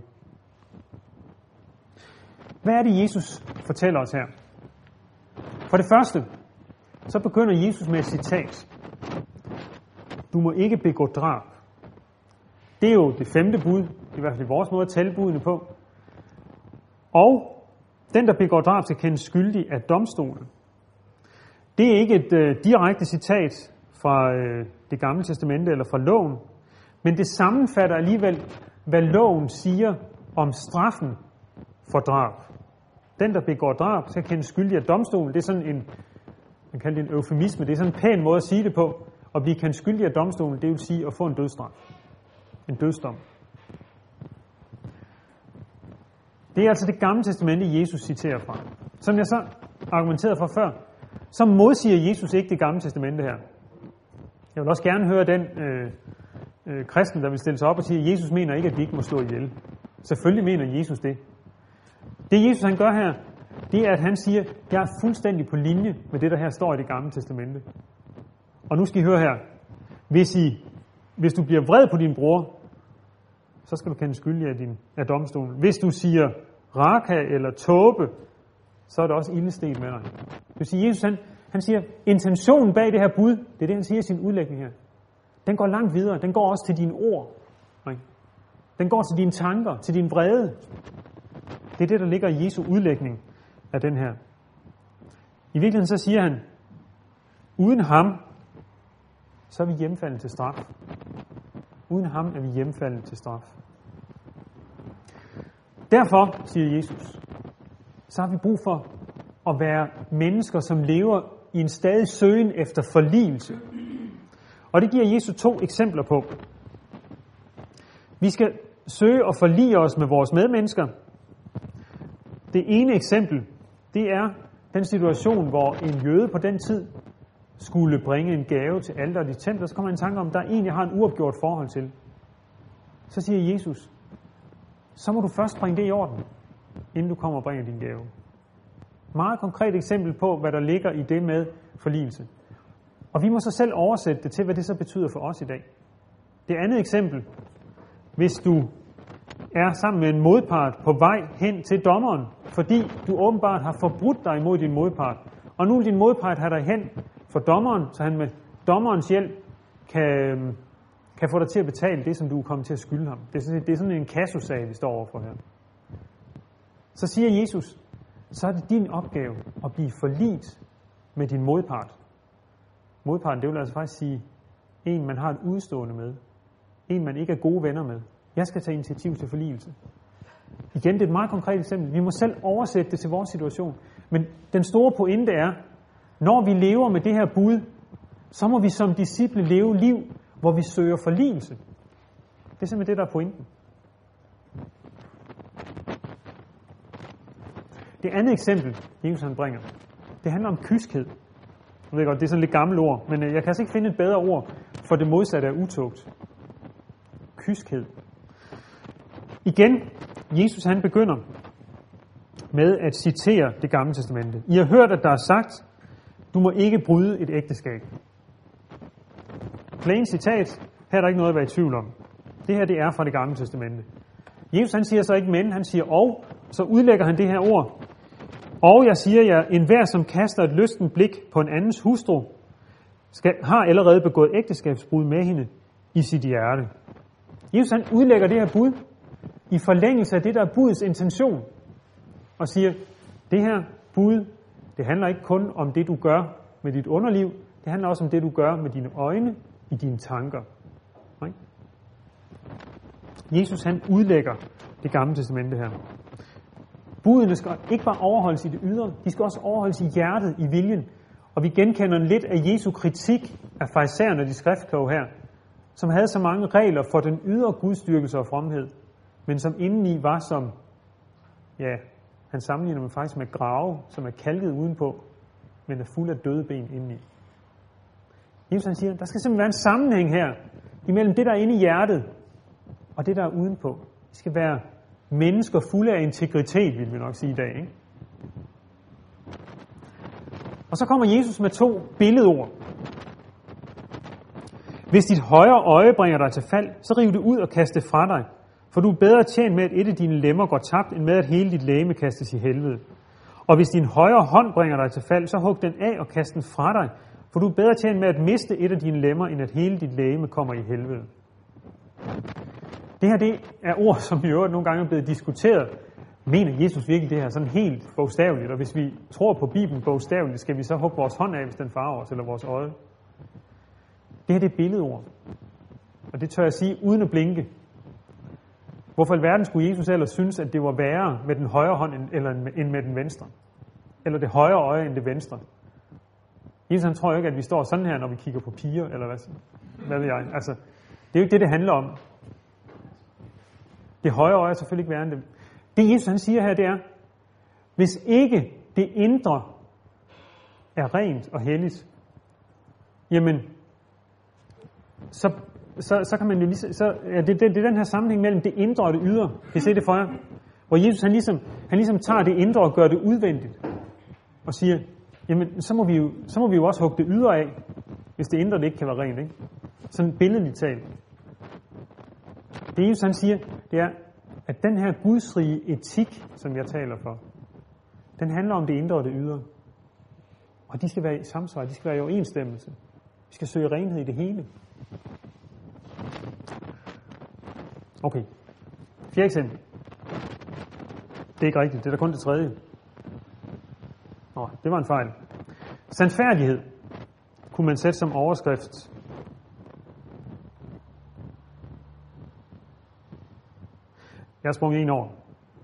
Hvad er det, Jesus fortæller os her? For det første, så begynder Jesus med et citat. Du må ikke begå drab. Det er jo det 5. bud, i hvert fald i vores måde at tælle budene på. Og den, der begår drab, skal kendes skyldig af domstolen. Det er ikke et direkte citat fra det gamle testamente eller fra loven, men det sammenfatter alligevel, hvad loven siger om straffen for drab. Den, der begår drab, skal kendes skyldig af domstolen. Det er sådan en, man kalder det en eufemisme, det er sådan en pæn måde at sige det på. At blive kendt skyldig af domstolen, det vil sige at få en dødsstraf. En dødsdom. Det er altså det gamle testamente, Jesus citerer fra. Som jeg så argumenterede for før, så modsiger Jesus ikke det gamle testamente her. Jeg vil også gerne høre den kristen, der vil stille sig op og sige, at Jesus mener ikke, at vi ikke må slå ihjel. Selvfølgelig mener Jesus det. Det Jesus han gør her, det er, at han siger, at jeg er fuldstændig på linje med det, der her står i det gamle testamente. Og nu skal I høre her. Hvis du bliver vred på din bror, så skal du kendes skyldig af domstolen. Hvis du siger raka eller tåbe, så er det også ildestet med dig. Det vil sige, Jesus han siger, intentionen bag det her bud, det er det, han siger i sin udlægning her. Den går langt videre. Den går også til dine ord. Den går til dine tanker, til din vrede. Det er det, der ligger i Jesu udlægning af den her. I virkeligheden så siger han, uden ham, så er vi hjemfaldet til straf. Uden ham er vi hjemfaldet til straf. Derfor, siger Jesus, så har vi brug for at være mennesker, som lever i en stadig søgen efter forligelse. Og det giver Jesus 2 eksempler på. Vi skal søge at forlige os med vores medmennesker. Det ene eksempel, det er den situation, hvor en jøde på den tid skulle bringe en gave til alteret i templet. Så kommer man i tanke om, der er en, jeg har en uopgjort forhold til. Så siger Jesus, så må du først bringe det i orden, inden du kommer og bringer din gave. Meget konkret eksempel på, hvad der ligger i det med forligelse. Og vi må så selv oversætte det til, hvad det så betyder for os i dag. Det andet eksempel, hvis du er sammen med en modpart på vej hen til dommeren, fordi du åbenbart har forbrudt dig imod din modpart, og nu vil din modpart have dig hen for dommeren, så han med dommerens hjælp kan få dig til at betale det, som du er kommet til at skylde ham. Det er sådan en kasusag, vi står overfor her. Så siger Jesus, så er det din opgave at blive forligt med din modpart. Modparten, det vil altså faktisk sige, en man har et udstående med. En man ikke er gode venner med. Jeg skal tage initiativ til forligelse. Igen, det er et meget konkret eksempel. Vi må selv oversætte det til vores situation. Men den store pointe er, når vi lever med det her bud, så må vi som disciple leve liv, hvor vi søger forligelse. Det er simpelthen det, der er pointen. Det andet eksempel, Jesus han bringer, det handler om kyskhed. Jeg ved godt, det er sådan lidt gammelt ord, men jeg kan altså ikke finde et bedre ord for det modsatte af utugt. Kyskhed. Igen, Jesus han begynder med at citere det gamle testamente. I har hørt, at der er sagt, du må ikke bryde et ægteskab. Plain citat, her er der ikke noget at være i tvivl om. Det her det er fra det gamle testamente. Jesus han siger så ikke men, han siger og, så udlægger han det her ord. Og jeg siger jer, enhver som kaster et lysten blik på en andens hustru, har allerede begået ægteskabsbrud med hende i sit hjerte. Jesus han udlægger det her bud i forlængelse af det, der er budets intention, og siger, det her bud, det handler ikke kun om det, du gør med dit underliv, det handler også om det, du gør med dine øjne, i dine tanker. Okay? Jesus han udlægger det gamle testamente her. Budene skal ikke bare overholdes i det ydre, de skal også overholdes i hjertet, i viljen. Og vi genkender lidt af Jesu kritik af farisæerne og de skriftkloge her, som havde så mange regler for den ydre gudstyrkelse og fromhed, men som indeni var som, ja, han sammenligner man faktisk med grave, som er kalket udenpå, men er fuld af døde ben indeni. Jesus han siger, der skal simpelthen være en sammenhæng her, imellem det, der er inde i hjertet, og det, der er udenpå. Det skal være mennesker fulde af integritet, vil vi nok sige i dag. Ikke? Og så kommer Jesus med 2 billedord. Hvis dit højre øje bringer dig til fald, så riv det ud og kast det fra dig. For du er bedre tjent med, at et af dine lemmer går tabt, end med, at hele dit legeme kastes i helvede. Og hvis din højre hånd bringer dig til fald, så hug den af og kast den fra dig. For du er bedre tjent med at miste et af dine lemmer, end at hele dit legeme kommer i helvede. Det her det er ord, som i øvrigt nogle gange er blevet diskuteret. Mener Jesus virkelig det her sådan helt bogstaveligt? Og hvis vi tror på Bibelen bogstaveligt, skal vi så hugge vores hånd af, hvis den farver os, eller vores øje? Det her det er billedord. Og det tør jeg sige uden at blinke. Hvorfor i alverden skulle Jesus ellers synes, at det var værre med den højre hånd end med den venstre? Eller det højre øje end det venstre? Jesus han tror jo ikke, at vi står sådan her, når vi kigger på piger, eller hvad ved jeg. Altså, det er jo ikke det, det handler om. Det højre øje er selvfølgelig ikke værre end det. Det Jesus han siger her, det er, hvis ikke det indre er rent og helligt, jamen, så kan man jo det er den her sammenhæng mellem det indre og det ydre. Kan I se det for jer? Hvor Jesus han ligesom tager det indre og gør det udvendigt. Og siger, jamen, så må vi jo også hugge det ydre af, hvis det indre det ikke kan være rent. Ikke? Sådan billedligt talt. Det Jesus han siger, det er, at den her gudsrige etik, som jeg taler for, den handler om det indre og det ydre. Og de skal være i samsvar, de skal være i overensstemmelse. Vi skal søge renhed i det hele. Okay. Fjerde eksempel. Det er ikke rigtigt, det er da kun det tredje. Nå, det var en fejl. Sandfærdighed kunne man sætte som overskrift. Jeg har sprunget en over.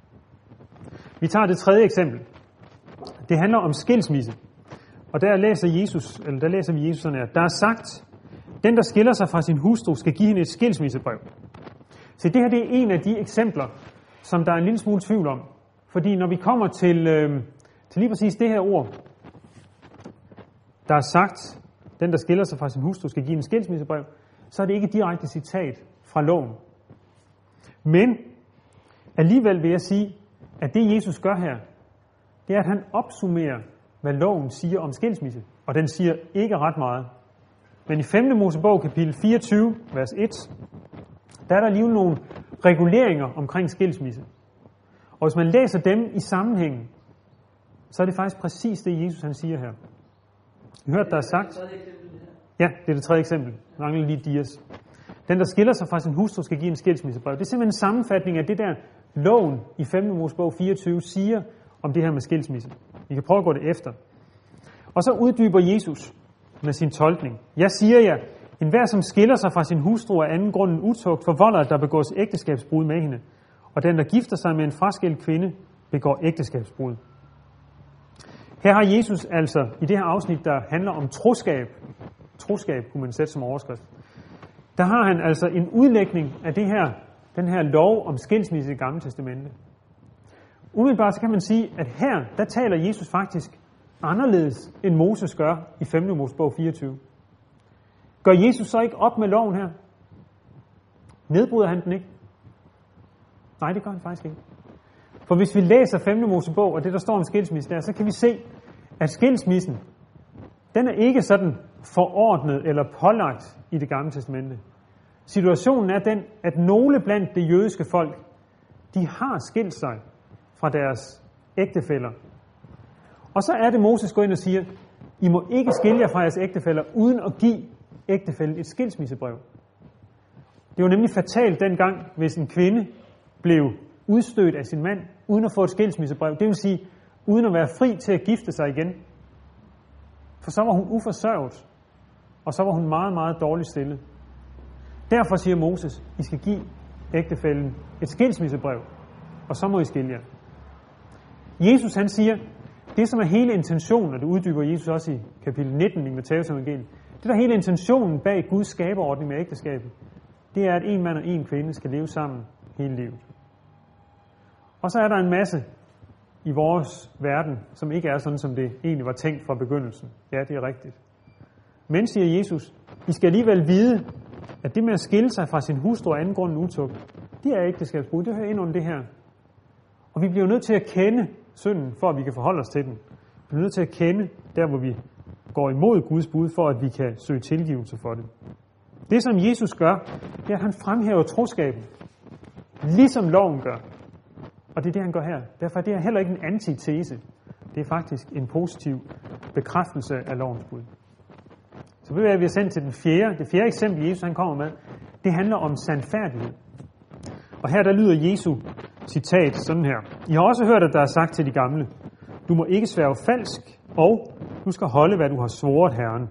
Vi tager det tredje eksempel. Det handler om skilsmisse. Og der læser vi Jesus sådan her. Der er sagt, den der skiller sig fra sin hustru, skal give hende et skilsmissebrev. Så det her det er en af de eksempler, som der er en lille smule tvivl om. Fordi når vi kommer til lige præcis det her ord, der er sagt, den der skiller sig fra sin hustru, skal give hende et skilsmissebrev, så er det ikke et direkte citat fra loven. Men alligevel vil jeg sige, at det Jesus gør her, det er, at han opsummerer, hvad loven siger om skilsmisse. Og den siger ikke ret meget. Men i 5. Mosebog, kapitel 24, vers 1, der er der lige nogle reguleringer omkring skilsmisse. Og hvis man læser dem i sammenhængen, så er det faktisk præcis det, Jesus han siger her. I hørte, der er sagt... Ja, det er det tredje eksempel. Jeg mangler lige Dias. Den, der skiller sig fra sin hustru, skal give en skilsmissebrev. Det er simpelthen en sammenfatning af det der loven i 5. Mosebog 24 siger om det her med skilsmisse. Vi kan prøve at gå det efter. Og så uddyber Jesus med sin tolkning. Jeg siger jer, enhver som skiller sig fra sin hustru af anden grund end utugt, forvolder, at der begås ægteskabsbrud med hende. Og den, der gifter sig med en fraskilt kvinde, begår ægteskabsbrud. Her har Jesus altså i det her afsnit, der handler om troskab kunne man sætte som overskrift, der har han altså en udlægning af den her lov om skilsmisse i Gamle Testamente. Umiddelbart så kan man sige, at her, der taler Jesus faktisk anderledes, end Moses gør i 5. Mosebog 24. Gør Jesus så ikke op med loven her? Nedbryder han den ikke? Nej, det gør han faktisk ikke. For hvis vi læser 5. Mosebog, og det der står om skilsmisse der, så kan vi se, at skilsmissen, den er ikke sådan forordnet eller pålagt i det Gamle Testamente. Situationen er den, at nogle blandt det jødiske folk, de har skilt sig fra deres ægtefæller. Og så er det, Moses går ind og siger, I må ikke skille jer fra jeres ægtefæller, uden at give ægtefællen et skilsmissebrev. Det var nemlig fatalt dengang, hvis en kvinde blev udstødt af sin mand, uden at få et skilsmissebrev. Det vil sige, uden at være fri til at gifte sig igen. For så var hun uforsørget, og så var hun meget, meget dårligt stillet. Derfor siger Moses, I skal give ægtefællen et skilsmissebrev, og så må I skille jer. Jesus han siger, det som er hele intentionen, og det uddyber Jesus også i kapitel 19 i Matthæus evangeliet, det der er hele intentionen bag Guds skaberordning med ægteskabet, det er, at en mand og en kvinde skal leve sammen hele livet. Og så er der en masse i vores verden, som ikke er sådan, som det egentlig var tænkt fra begyndelsen. Ja, det er rigtigt. Men, siger Jesus, I skal alligevel vide, at det med at skille sig fra sin hustru og anden grund utugt, det er ægteskabsbrud. Det hører ind under det her. Og vi bliver nødt til at kende synden, for at vi kan forholde os til den. Vi bliver nødt til at kende der, hvor vi går imod Guds bud, for at vi kan søge tilgivelse for det. Det, som Jesus gør, det er, at han fremhæver troskaben, ligesom loven gør. Og det er det, han gør her. Derfor er det her heller ikke en antitese. Det er faktisk en positiv bekræftelse af lovens bud. Så ved jeg, at vi er sendt til det fjerde eksempel, Jesus han kommer med. Det handler om sandfærdighed. Og her der lyder Jesu citat sådan her. I har også hørt, at der er sagt til de gamle, du må ikke sværge falsk, og du skal holde, hvad du har svoret Herren.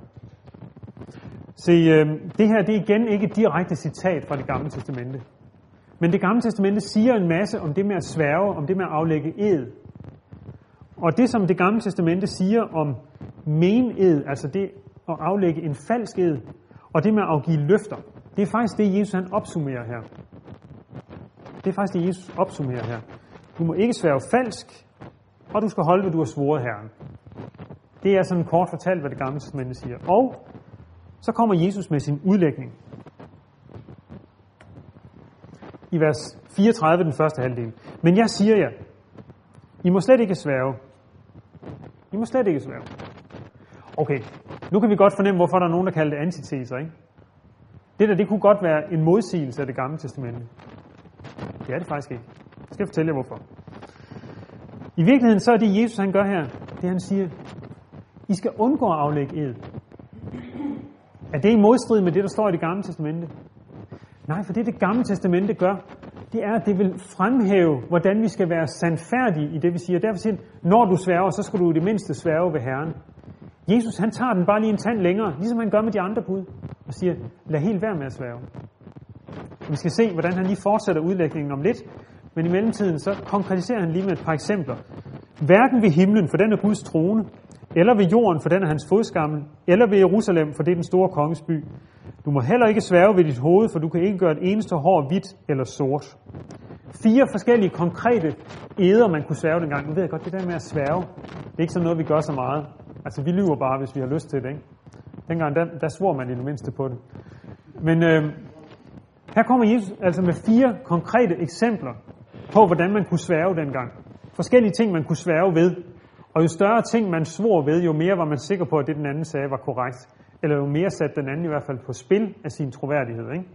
Se, det her det er igen ikke et direkte citat fra det Gamle Testamente. Men det Gamle Testamente siger en masse om det med at sværge, om det med at aflægge ed. Og det, som det Gamle Testamente siger om mened, altså det at aflægge en falsk ed, og det med at afgive løfter, det er faktisk det, Jesus han opsummerer her. Det er faktisk det, Jesus opsummerer her. Du må ikke sværge falsk, og du skal holde, hvad du har svoret Herren. Det er sådan kort fortalt, hvad det Gamle Testamente siger. Og så kommer Jesus med sin udlægning. I vers 34, den første halvdel. Men jeg siger jer, I må slet ikke sværge. I må slet ikke sværge. Okay, nu kan vi godt fornemme, hvorfor der er nogen, der kalder det antiteser, ikke? Det kunne godt være en modsigelse af det Gamle Testamente. Det er det faktisk ikke. Jeg skal fortælle jer, hvorfor. I virkeligheden så er det, Jesus han gør her, det han siger, I skal undgå at aflægge ed. Er det i modstrid med det, der står i det Gamle Testamente? Nej, for det Gamle Testamente gør, det er, at det vil fremhæve, hvordan vi skal være sandfærdige i det, vi siger. Derfor siger han, når du sværger, så skal du i det mindste sværge ved Herren. Jesus, han tager den bare lige en tand længere, ligesom han gør med de andre bud, og siger, lad helt være med at sværge. Vi skal se, hvordan han lige fortsætter udlægningen om lidt, men i mellemtiden så konkretiserer han lige med et par eksempler. Hverken ved himlen, for den er Guds trone, eller ved jorden, for den er hans fodskammel, eller ved Jerusalem, for det er den store konges by. Du må heller ikke sværge ved dit hoved, for du kan ikke gøre et eneste hår hvidt eller sort. 4 forskellige konkrete eder, man kunne sværge dengang. Nu ved jeg godt, det der med at sværge, det er ikke sådan noget, vi gør så meget. Altså, vi lyver bare, hvis vi har lyst til det, ikke? Dengang, der svor man i det mindste på det. Men her kommer Jesus altså med 4 konkrete eksempler på, hvordan man kunne sværge dengang. Forskellige ting, man kunne sværge ved. Og jo større ting, man svor ved, jo mere var man sikker på, at det, den anden sagde, var korrekt. Eller jo mere satte den anden i hvert fald på spil af sin troværdighed, ikke?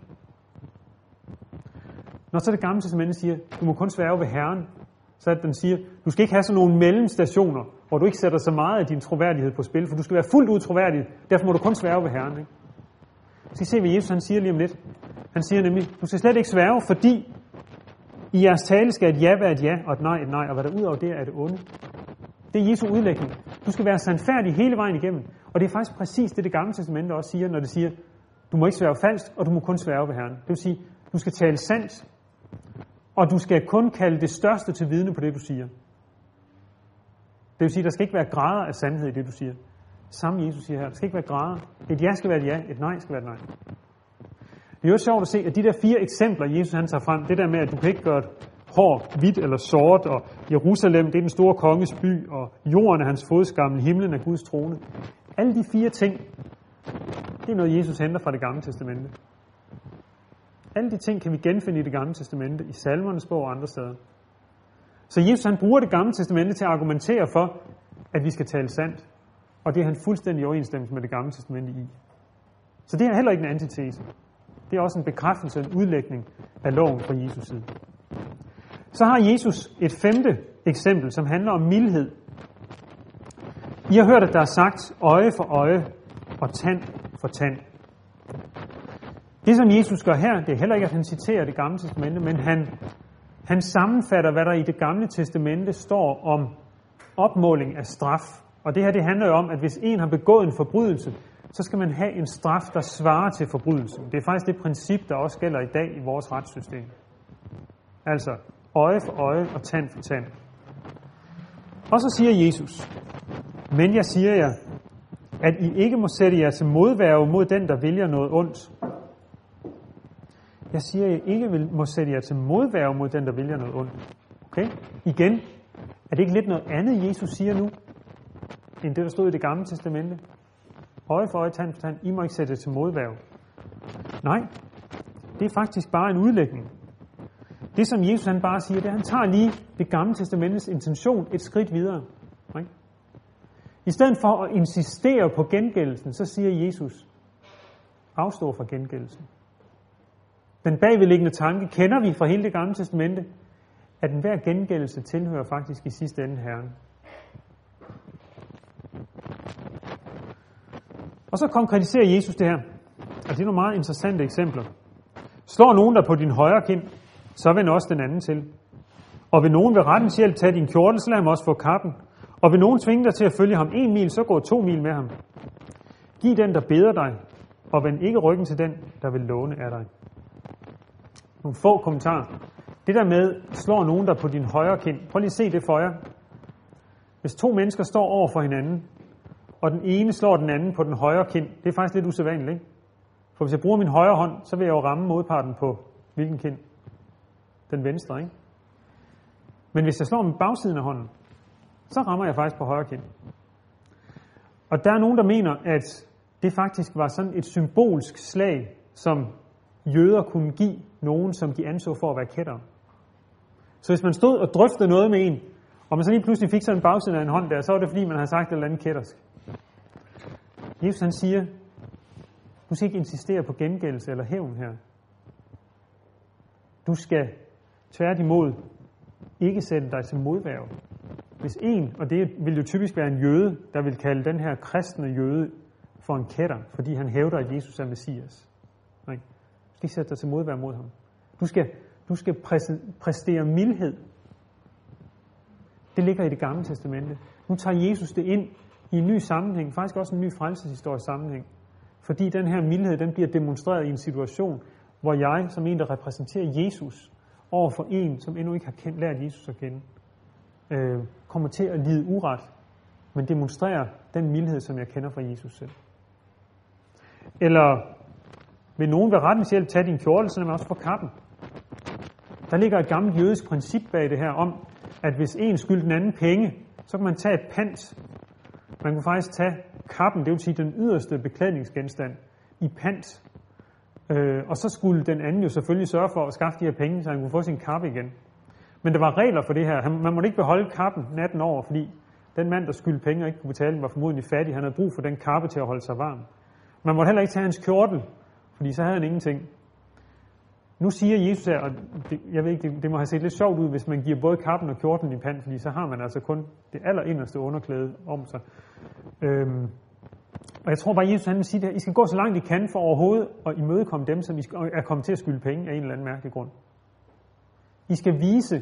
Når så det gamle testamente siger, du må kun sværge ved Herren, så at den siger, du skal ikke have sådan nogle mellemstationer, hvor du ikke sætter så meget af din troværdighed på spil, for du skal være fuldt ud troværdig, derfor må du kun sværge ved Herren, ikke? Så skal I se, hvad Jesus han siger lige om lidt. Han siger nemlig, du skal slet ikke sværge, fordi i jeres tale skal et ja være et ja, og et nej, og hvad der ud over det er det onde. Det er Jesu udlægning. Du skal være sandfærdig hele vejen igennem. Og det er faktisk præcis det gamle testamente også siger, når det siger, du må ikke sværge falsk, og du må kun sværge ved Herren. Det vil sige, du skal tale sandt, og du skal kun kalde det største til vidne på det, du siger. Det vil sige, der skal ikke være grader af sandhed i det, du siger. Samme Jesus siger her, der skal ikke være grader. Et ja skal være et ja, et nej skal være et nej. Det er jo sjovt at se, at de der 4 eksempler, Jesus han tager frem, det der med, at du kan ikke gøre et hår hvidt eller sort, og Jerusalem, det er den store konges by, og jorden er hans fodskammel, himlen er Guds trone. Alle de 4 ting, det er noget, Jesus henter fra det gamle testamente. Alle de ting kan vi genfinde i det gamle testamente, i salmernes bog og andre steder. Så Jesus han bruger det gamle testamente til at argumentere for, at vi skal tale sandt. Og det er han fuldstændig i overensstemmelse med det gamle testamente i. Så det er heller ikke en antitese. Det er også en bekræftelse, en udlægning af loven fra Jesus side. Så har Jesus et 5. eksempel, som handler om mildhed. I har hørt, at der er sagt øje for øje og tand for tand. Det, som Jesus gør her, det er heller ikke, at han citerer det gamle testamente, men han sammenfatter, hvad der i det gamle testamente står om opmåling af straf. Og det her, det handler jo om, at hvis en har begået en forbrydelse, så skal man have en straf, der svarer til forbrydelsen. Det er faktisk det princip, der også gælder i dag i vores retssystem. Altså, øje for øje og tand for tand. Og så siger Jesus, men jeg siger jer, at I ikke må sætte jer til modværge mod den, der vælger noget ondt. Jeg siger, at I ikke må sætte jer til modværge mod den, der vælger noget ondt. Okay? Igen, er det ikke lidt noget andet, Jesus siger nu, end det, der stod i det gamle testamente? Øje for øje, tand for tand. I må ikke sætte jer til modværge. Nej, det er faktisk bare en udlægning. Det, som Jesus han bare siger, det er, at han tager lige det gamle testamentets intention et skridt videre. Ikke? I stedet for at insistere på gengældelsen, så siger Jesus, afstå fra gengældelsen. Den bagvedliggende tanke kender vi fra hele det gamle testamente, at enhver gengældelse tilhører faktisk i sidste ende Herren. Og så konkretiserer Jesus det her. Og det er nogle meget interessante eksempler. Slår nogen der på din højre kind, så vend også den anden til. Og vil nogen ved rettens hjælp tage din kjortel, så lad ham også få kappen. Og vil nogen tvinge dig til at følge ham 1 mil, så gå 2 mil med ham. Giv den, der beder dig, og vend ikke ryggen til den, der vil låne af dig. Nogle få kommentarer. Det der med, slår nogen der på din højre kind. Prøv lige at se det for jer. Hvis 2 mennesker står over for hinanden, og den ene slår den anden på den højre kind, det er faktisk lidt usædvanligt, ikke? For hvis jeg bruger min højre hånd, så vil jeg jo ramme modparten på hvilken kind? Den venstre, ikke? Men hvis jeg slår med bagsiden af hånden, så rammer jeg faktisk på højre kind. Og der er nogen, der mener, at det faktisk var sådan et symbolsk slag, som jøder kunne give nogen, som de anså for at være kættere. Så hvis man stod og drøftede noget med en, og man så lige pludselig fik sådan en bagside af en hånd der, så var det fordi, man havde sagt et eller andet kættersk. Jesus han siger, du skal ikke insistere på gengældelse eller hævn her. Du skal tværtimod ikke sætte dig til modværge. Hvis en, og det vil jo typisk være en jøde, der vil kalde den her kristne jøde for en kætter, fordi han hævder, at Jesus er Messias. Nej. Du skal ikke sætte dig til modværge mod ham. Du skal præstere mildhed. Det ligger i det gamle testamente. Nu tager Jesus det ind i en ny sammenhæng, faktisk også en ny frelseshistorisk sammenhæng. Fordi den her mildhed, den bliver demonstreret i en situation, hvor jeg, som en, der repræsenterer Jesus, over for en, som endnu ikke har lært Jesus at kende, kommer til at lide uret, men demonstrerer den mildhed, som jeg kender fra Jesus selv. Eller vil nogen ved rettens hjælp tage din kjortel, så man også får kappen? Der ligger et gammelt jødisk princip bag det her om, at hvis en skyldte den anden penge, så kan man tage et pant. Man kunne faktisk tage kappen, det vil sige den yderste beklædningsgenstand, i pant. Og så skulle den anden jo selvfølgelig sørge for at skaffe de her penge, så han kunne få sin kappe igen. Men der var regler for det her. Man måtte ikke beholde kappen natten over, fordi den mand, der skyldte penge og ikke kunne betale, var formodentlig fattig. Han havde brug for den kappe til at holde sig varm. Man måtte heller ikke tage hans kjortel, fordi så havde han ingenting. Nu siger Jesus her, og jeg ved ikke, det må have set lidt sjovt ud, hvis man giver både kappen og kjortlen i pant, fordi så har man altså kun det allerinderste underklæde om sig. Og jeg tror bare, Jesus han vil sige det her, I skal gå så langt I kan for overhovedet at imødekomme dem, som I er kommet til at skylde penge af en eller anden mærkelig grund. I skal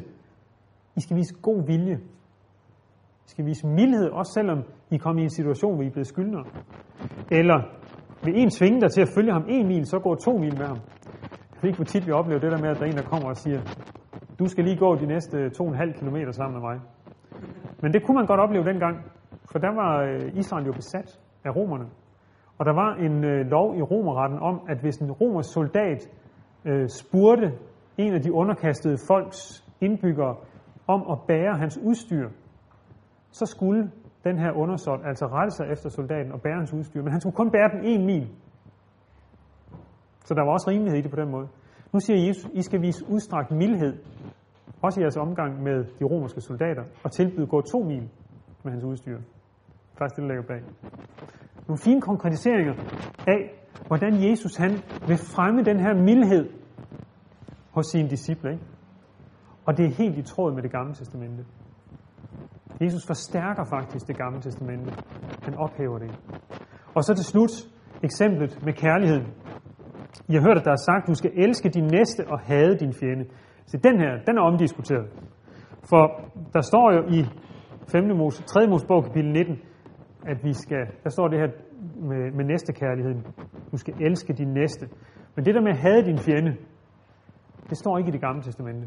vise god vilje. I skal vise mildhed, også selvom I kommer i en situation, hvor I er blevet skyldnere. Eller vil en tvinge dig til at følge ham 1 mil, så gå 2 mil med ham. Jeg ved ikke, hvor tit vi oplever det der med, at der er en, der kommer og siger, du skal lige gå de næste 2,5 kilometer sammen med mig. Men det kunne man godt opleve dengang, for der var Israel jo besat af romerne. Og der var en lov i romerretten om, at hvis en romersk soldat spurgte en af de underkastede folks indbyggere om at bære hans udstyr, så skulle den her undersåt altså rette sig efter soldaten og bære hans udstyr. Men han skulle kun bære den 1 mil. Så der var også rimelighed i det på den måde. Nu siger Jesus, I skal vise udstrakt mildhed, også i jeres omgang med de romerske soldater, og tilbyde gå 2 mil med hans udstyr. Faktisk det, der ligger bag. Nogle fine konkretiseringer af, hvordan Jesus han vil fremme den her mildhed hos sine disciple. Ikke? Og det er helt i tråd med det gamle testamente. Jesus forstærker faktisk det gamle testamente. Han ophæver det. Og så til slut eksemplet med kærligheden. I har hørt, at der er sagt, at du skal elske din næste og hade din fjende. Så den her, den er omdiskuteret. For der står jo i 3. Mosebog kapitel 19, at der står det her med næstekærligheden. Du skal elske din næste. Men det der med at hade din fjende, det står ikke i det gamle testamente.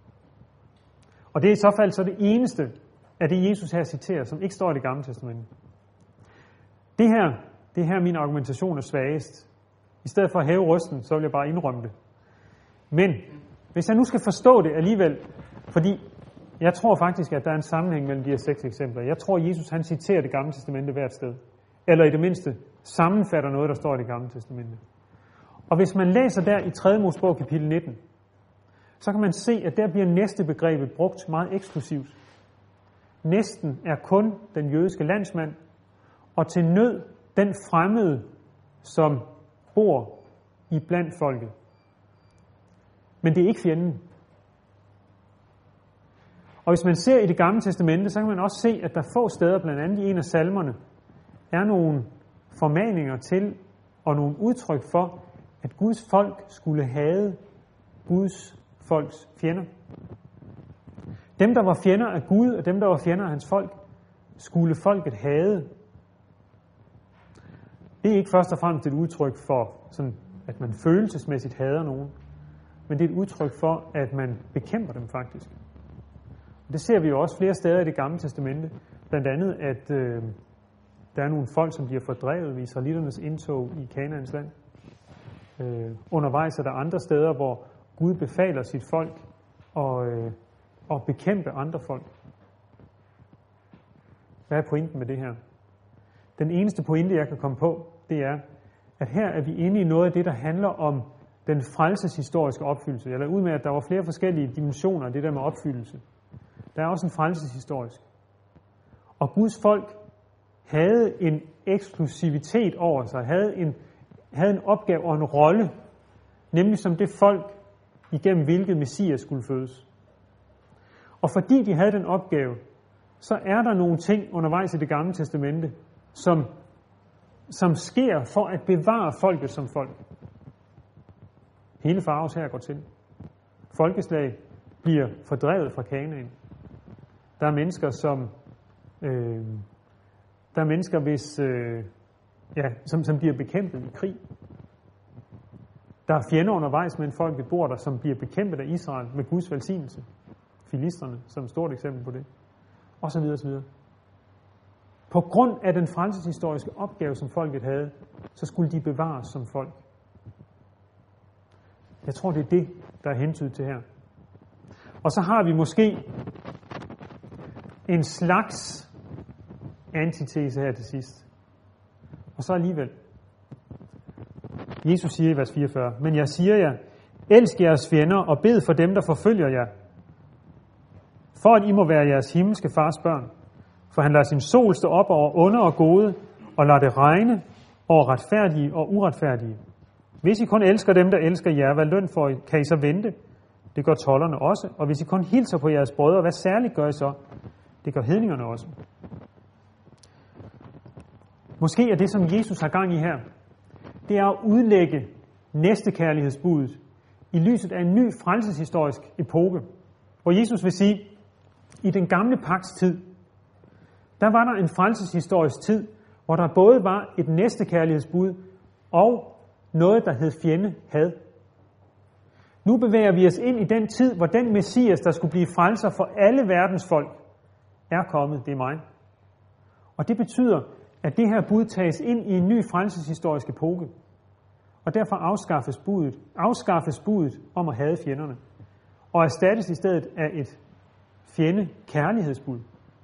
Og det er i så fald så det eneste af det, Jesus her citerer, som ikke står i det gamle testamente. Det er her min argumentation er svagest. I stedet for at hæve røsten, så vil jeg bare indrømme det. Men hvis jeg nu skal forstå det alligevel, fordi jeg tror faktisk, at der er en sammenhæng mellem de her 6 eksempler. Jeg tror, at Jesus han citerer det gamle testamente hvert sted. Eller i det mindste sammenfatter noget, der står i det gamle testamente. Og hvis man læser der i 3. Mosebog kapitel 19, så kan man se, at der bliver næstebegrebet brugt meget eksklusivt. Næsten er kun den jødiske landsmand, og til nød den fremmede, som bor i blandt folket. Men det er ikke fjenden. Og hvis man ser i det gamle testamente, så kan man også se, at der få steder, blandt andet i en af salmerne, er nogle formaninger til og nogle udtryk for, at Guds folk skulle hade Guds folks fjender. Dem, der var fjender af Gud, og dem, der var fjender af hans folk, skulle folket hade. Det er ikke først og fremmest et udtryk for, sådan, at man følelsesmæssigt hader nogen, men det er et udtryk for, at man bekæmper dem faktisk. Det ser vi jo også flere steder i det gamle testamente. Blandt andet, at der er nogle folk, som bliver fordrevet ved israeliternes indtog i Kanaans land. Undervejs er der andre steder, hvor Gud befaler sit folk at bekæmpe andre folk. Hvad er pointen med det her? Den eneste pointe, jeg kan komme på, det er, at her er vi inde i noget af det, der handler om den frelseshistoriske opfyldelse. Jeg lader ud med, at der var flere forskellige dimensioner af det der med opfyldelse. Der er også en frelseshistorisk. Og Guds folk havde en eksklusivitet over sig, havde en opgave og en rolle, nemlig som det folk, igennem hvilket Messias skulle fødes. Og fordi de havde den opgave, så er der nogle ting undervejs i det gamle testamente, som sker for at bevare folket som folk. Hele Faraos her går til. folkeslag bliver fordrevet fra Kanaan. Der er mennesker, som bliver bekæmpet i krig. Der er fjender undervejs, men folket bor der, som bliver bekæmpet af Israel med Guds velsignelse. Filisterne, som et stort eksempel på det. Og så videre, så videre. På grund af den frelseshistoriske opgave, som folket havde, så skulle de bevares som folk. Jeg tror, det er det, der er hensyn til her. Og så har vi måske en slags antitese her til sidst. Og så alligevel. Jesus siger i vers 44, men jeg siger jer, elsk jeres fjender og bed for dem, der forfølger jer, for at I må være jeres himmelske fars børn. For han lader sin sol stå op over onde og gode, og lader det regne over retfærdige og uretfærdige. Hvis I kun elsker dem, der elsker jer, hvad løn får I, kan I så vente? Det gør tolderne også. Og hvis I kun hilser på jeres brødre, hvad særligt gør I så? Det gør hedningerne også. Måske er det, som Jesus har gang i her, det er at udlægge næstekærlighedsbuddet i lyset af en ny frelseshistorisk epoke. Hvor Jesus vil sige, i den gamle pagts tid, der var der en frelseshistorisk tid, hvor der både var et næstekærlighedsbud og noget, der hed fjendehad. Nu bevæger vi os ind i den tid, hvor den Messias, der skulle blive frelser for alle verdens folk, er kommet. Det er mig. Og det betyder, at det her bud tages ind i en ny frelseshistorisk epoke. Og derfor afskaffes budet om at hade fjenderne. Og erstattes i stedet af et fjende-kærlighedsbud.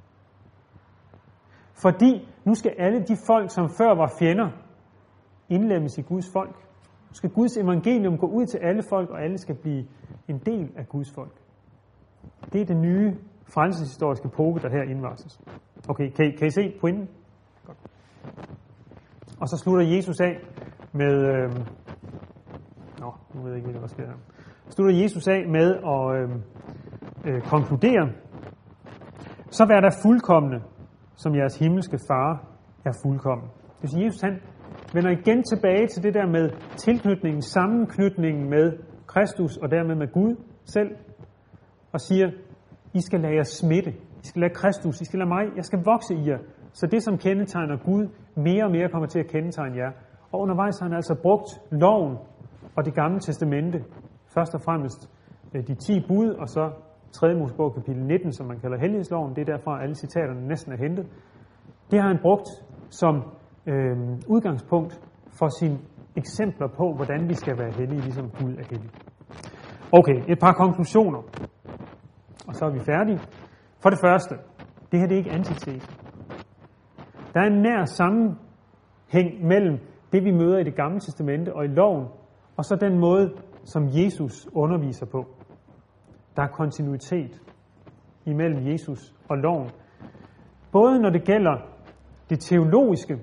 Fordi nu skal alle de folk, som før var fjender, indlemmes i Guds folk. Nu skal Guds evangelium gå ud til alle folk, og alle skal blive en del af Guds folk. Det er det nye frelseshistoriske epoke, der her indvarsles. Okay, kan I se pointen? Godt. Og så slutter Jesus af med... nu ved jeg ikke, hvad der sker her. Slutter Jesus af med at konkludere, så vær der fuldkomne, som jeres himmelske far er fuldkommen. Det vil sige, Jesus han vender igen tilbage til det der med tilknytningen, sammenknytningen med Kristus og dermed med Gud selv, og siger, I skal lade jer smitte, I skal lade Kristus, I skal lade mig, jeg skal vokse i jer, så det, som kendetegner Gud, mere og mere kommer til at kendetegne jer. Og undervejs har han altså brugt loven og det gamle testamente, først og fremmest de 10 bud, og så 3. Mosebog kapitel 19, som man kalder hellighedsloven, det er derfra alle citaterne næsten er hentet. Det har han brugt som udgangspunkt for sine eksempler på, hvordan vi skal være hellige, ligesom Gud er hellig. Okay, et par konklusioner, og så er vi færdige. For det første, det her det er ikke antitese. Der er en nær sammenhæng mellem det, vi møder i det gamle testamente og i loven, og så den måde, som Jesus underviser på. Der er kontinuitet imellem Jesus og loven. Både når det gælder det teologiske,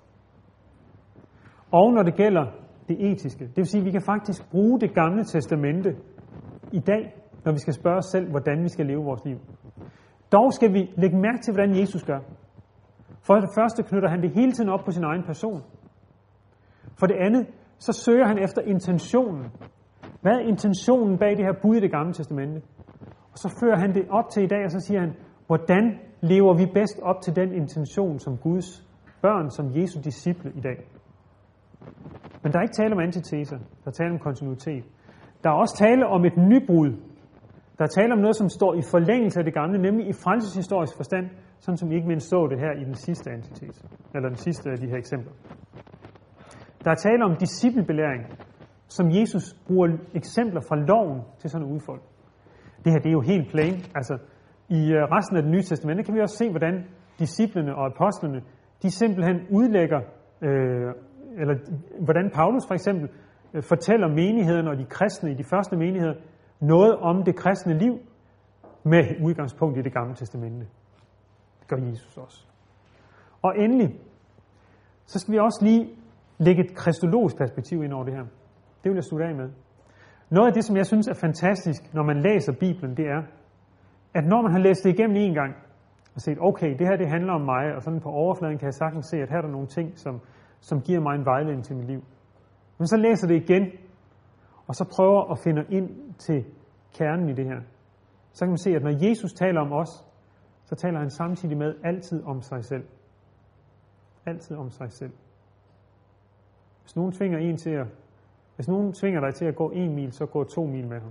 og når det gælder det etiske. Det vil sige, at vi kan faktisk bruge det gamle testamente i dag, når vi skal spørge os selv, hvordan vi skal leve vores liv. Dog skal vi lægge mærke til, hvordan Jesus gør. For det første knytter han det hele tiden op på sin egen person. For det andet, så søger han efter intentionen. Hvad er intentionen bag det her bud i det gamle testamente? Og så fører han det op til i dag, og så siger han, hvordan lever vi bedst op til den intention som Guds børn, som Jesu disciple i dag? Men der er ikke tale om antiteser, der er tale om kontinuitet. Der er også tale om et nybrud. Der er tale om noget, som står i forlængelse af det gamle, nemlig i frelseshistorisk forstand, sådan som I ikke mindst så det her i den sidste antitese, eller den sidste af de her eksempler. Der er tale om disciplebelæring, som Jesus bruger eksempler fra loven til sådan en udfold. Det her det er jo helt plain. Altså, i resten af det nye testamente kan vi også se, hvordan disciplene og apostlene, de simpelthen udlægger, eller hvordan Paulus for eksempel fortæller menighederne og de kristne i de første menigheder noget om det kristne liv med udgangspunkt i det gamle testamente. Det gør Jesus også. Og endelig, så skal vi også lige lægge et kristologisk perspektiv ind over det her. Det vil jeg slutte af med. Noget af det, som jeg synes er fantastisk, når man læser Bibelen, det er, at når man har læst det igennem en gang, og set, okay, det her det handler om mig, og sådan på overfladen kan jeg sagtens se, at her er der nogle ting, som giver mig en vejledning til mit liv. Men så læser det igen, og så prøver at finde ind til kernen i det her. Så kan man se, at når Jesus taler om os, så taler han samtidig med altid om sig selv. Altid om sig selv. Hvis nogen tvinger dig til at gå 1 mil, så gå 2 mil med ham.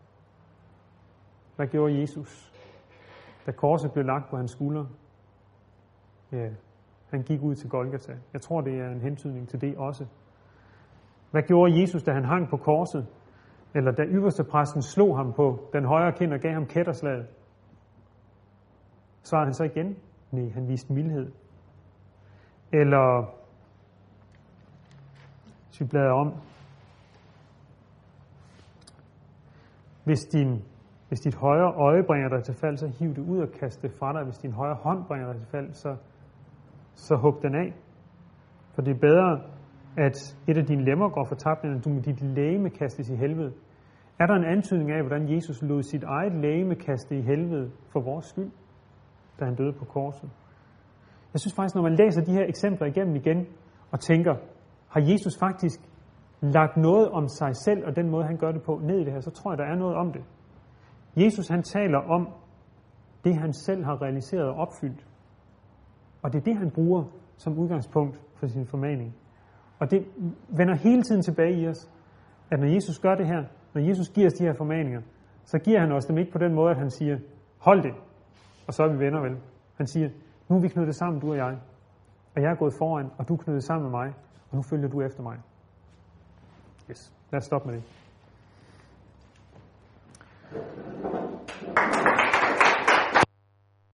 Hvad gjorde Jesus, da korset blev lagt på hans skuldre? Ja, han gik ud til Golgata. Jeg tror, det er en hentydning til det også. Hvad gjorde Jesus, da han hang på korset? Eller da ypperstepræsten slog ham på den højre kind og gav ham kætterslaget? Svarede han så igen? Nej, han viste mildhed. Eller, hvis vi bladrer om, hvis dit højre øje bringer dig til fald, så hiv det ud og kast det fra dig. Hvis din højre hånd bringer dig til fald, så hug den af. For det er bedre, at et af dine lemmer går fortabt, end at du med dit legeme kastes i helvede. Er der en antydning af, hvordan Jesus lod sit eget legeme kaste i helvede for vores skyld, da han døde på korset? Jeg synes faktisk, når man læser de her eksempler igennem igen, og tænker, har Jesus faktisk lagt noget om sig selv, og den måde, han gør det på, ned i det her, så tror jeg, der er noget om det. Jesus, han taler om det, han selv har realiseret og opfyldt. Og det er det, han bruger som udgangspunkt for sin formaning. Og det vender hele tiden tilbage i os, at når Jesus gør det her, når Jesus giver os de her formaninger, så giver han os dem ikke på den måde, at han siger, hold det, og så er vi venner vel. Han siger, nu er vi knyttet sammen, du og jeg. Og jeg er gået foran, og du er knyttet sammen med mig, og nu følger du efter mig. Yes, lad os stoppe med det.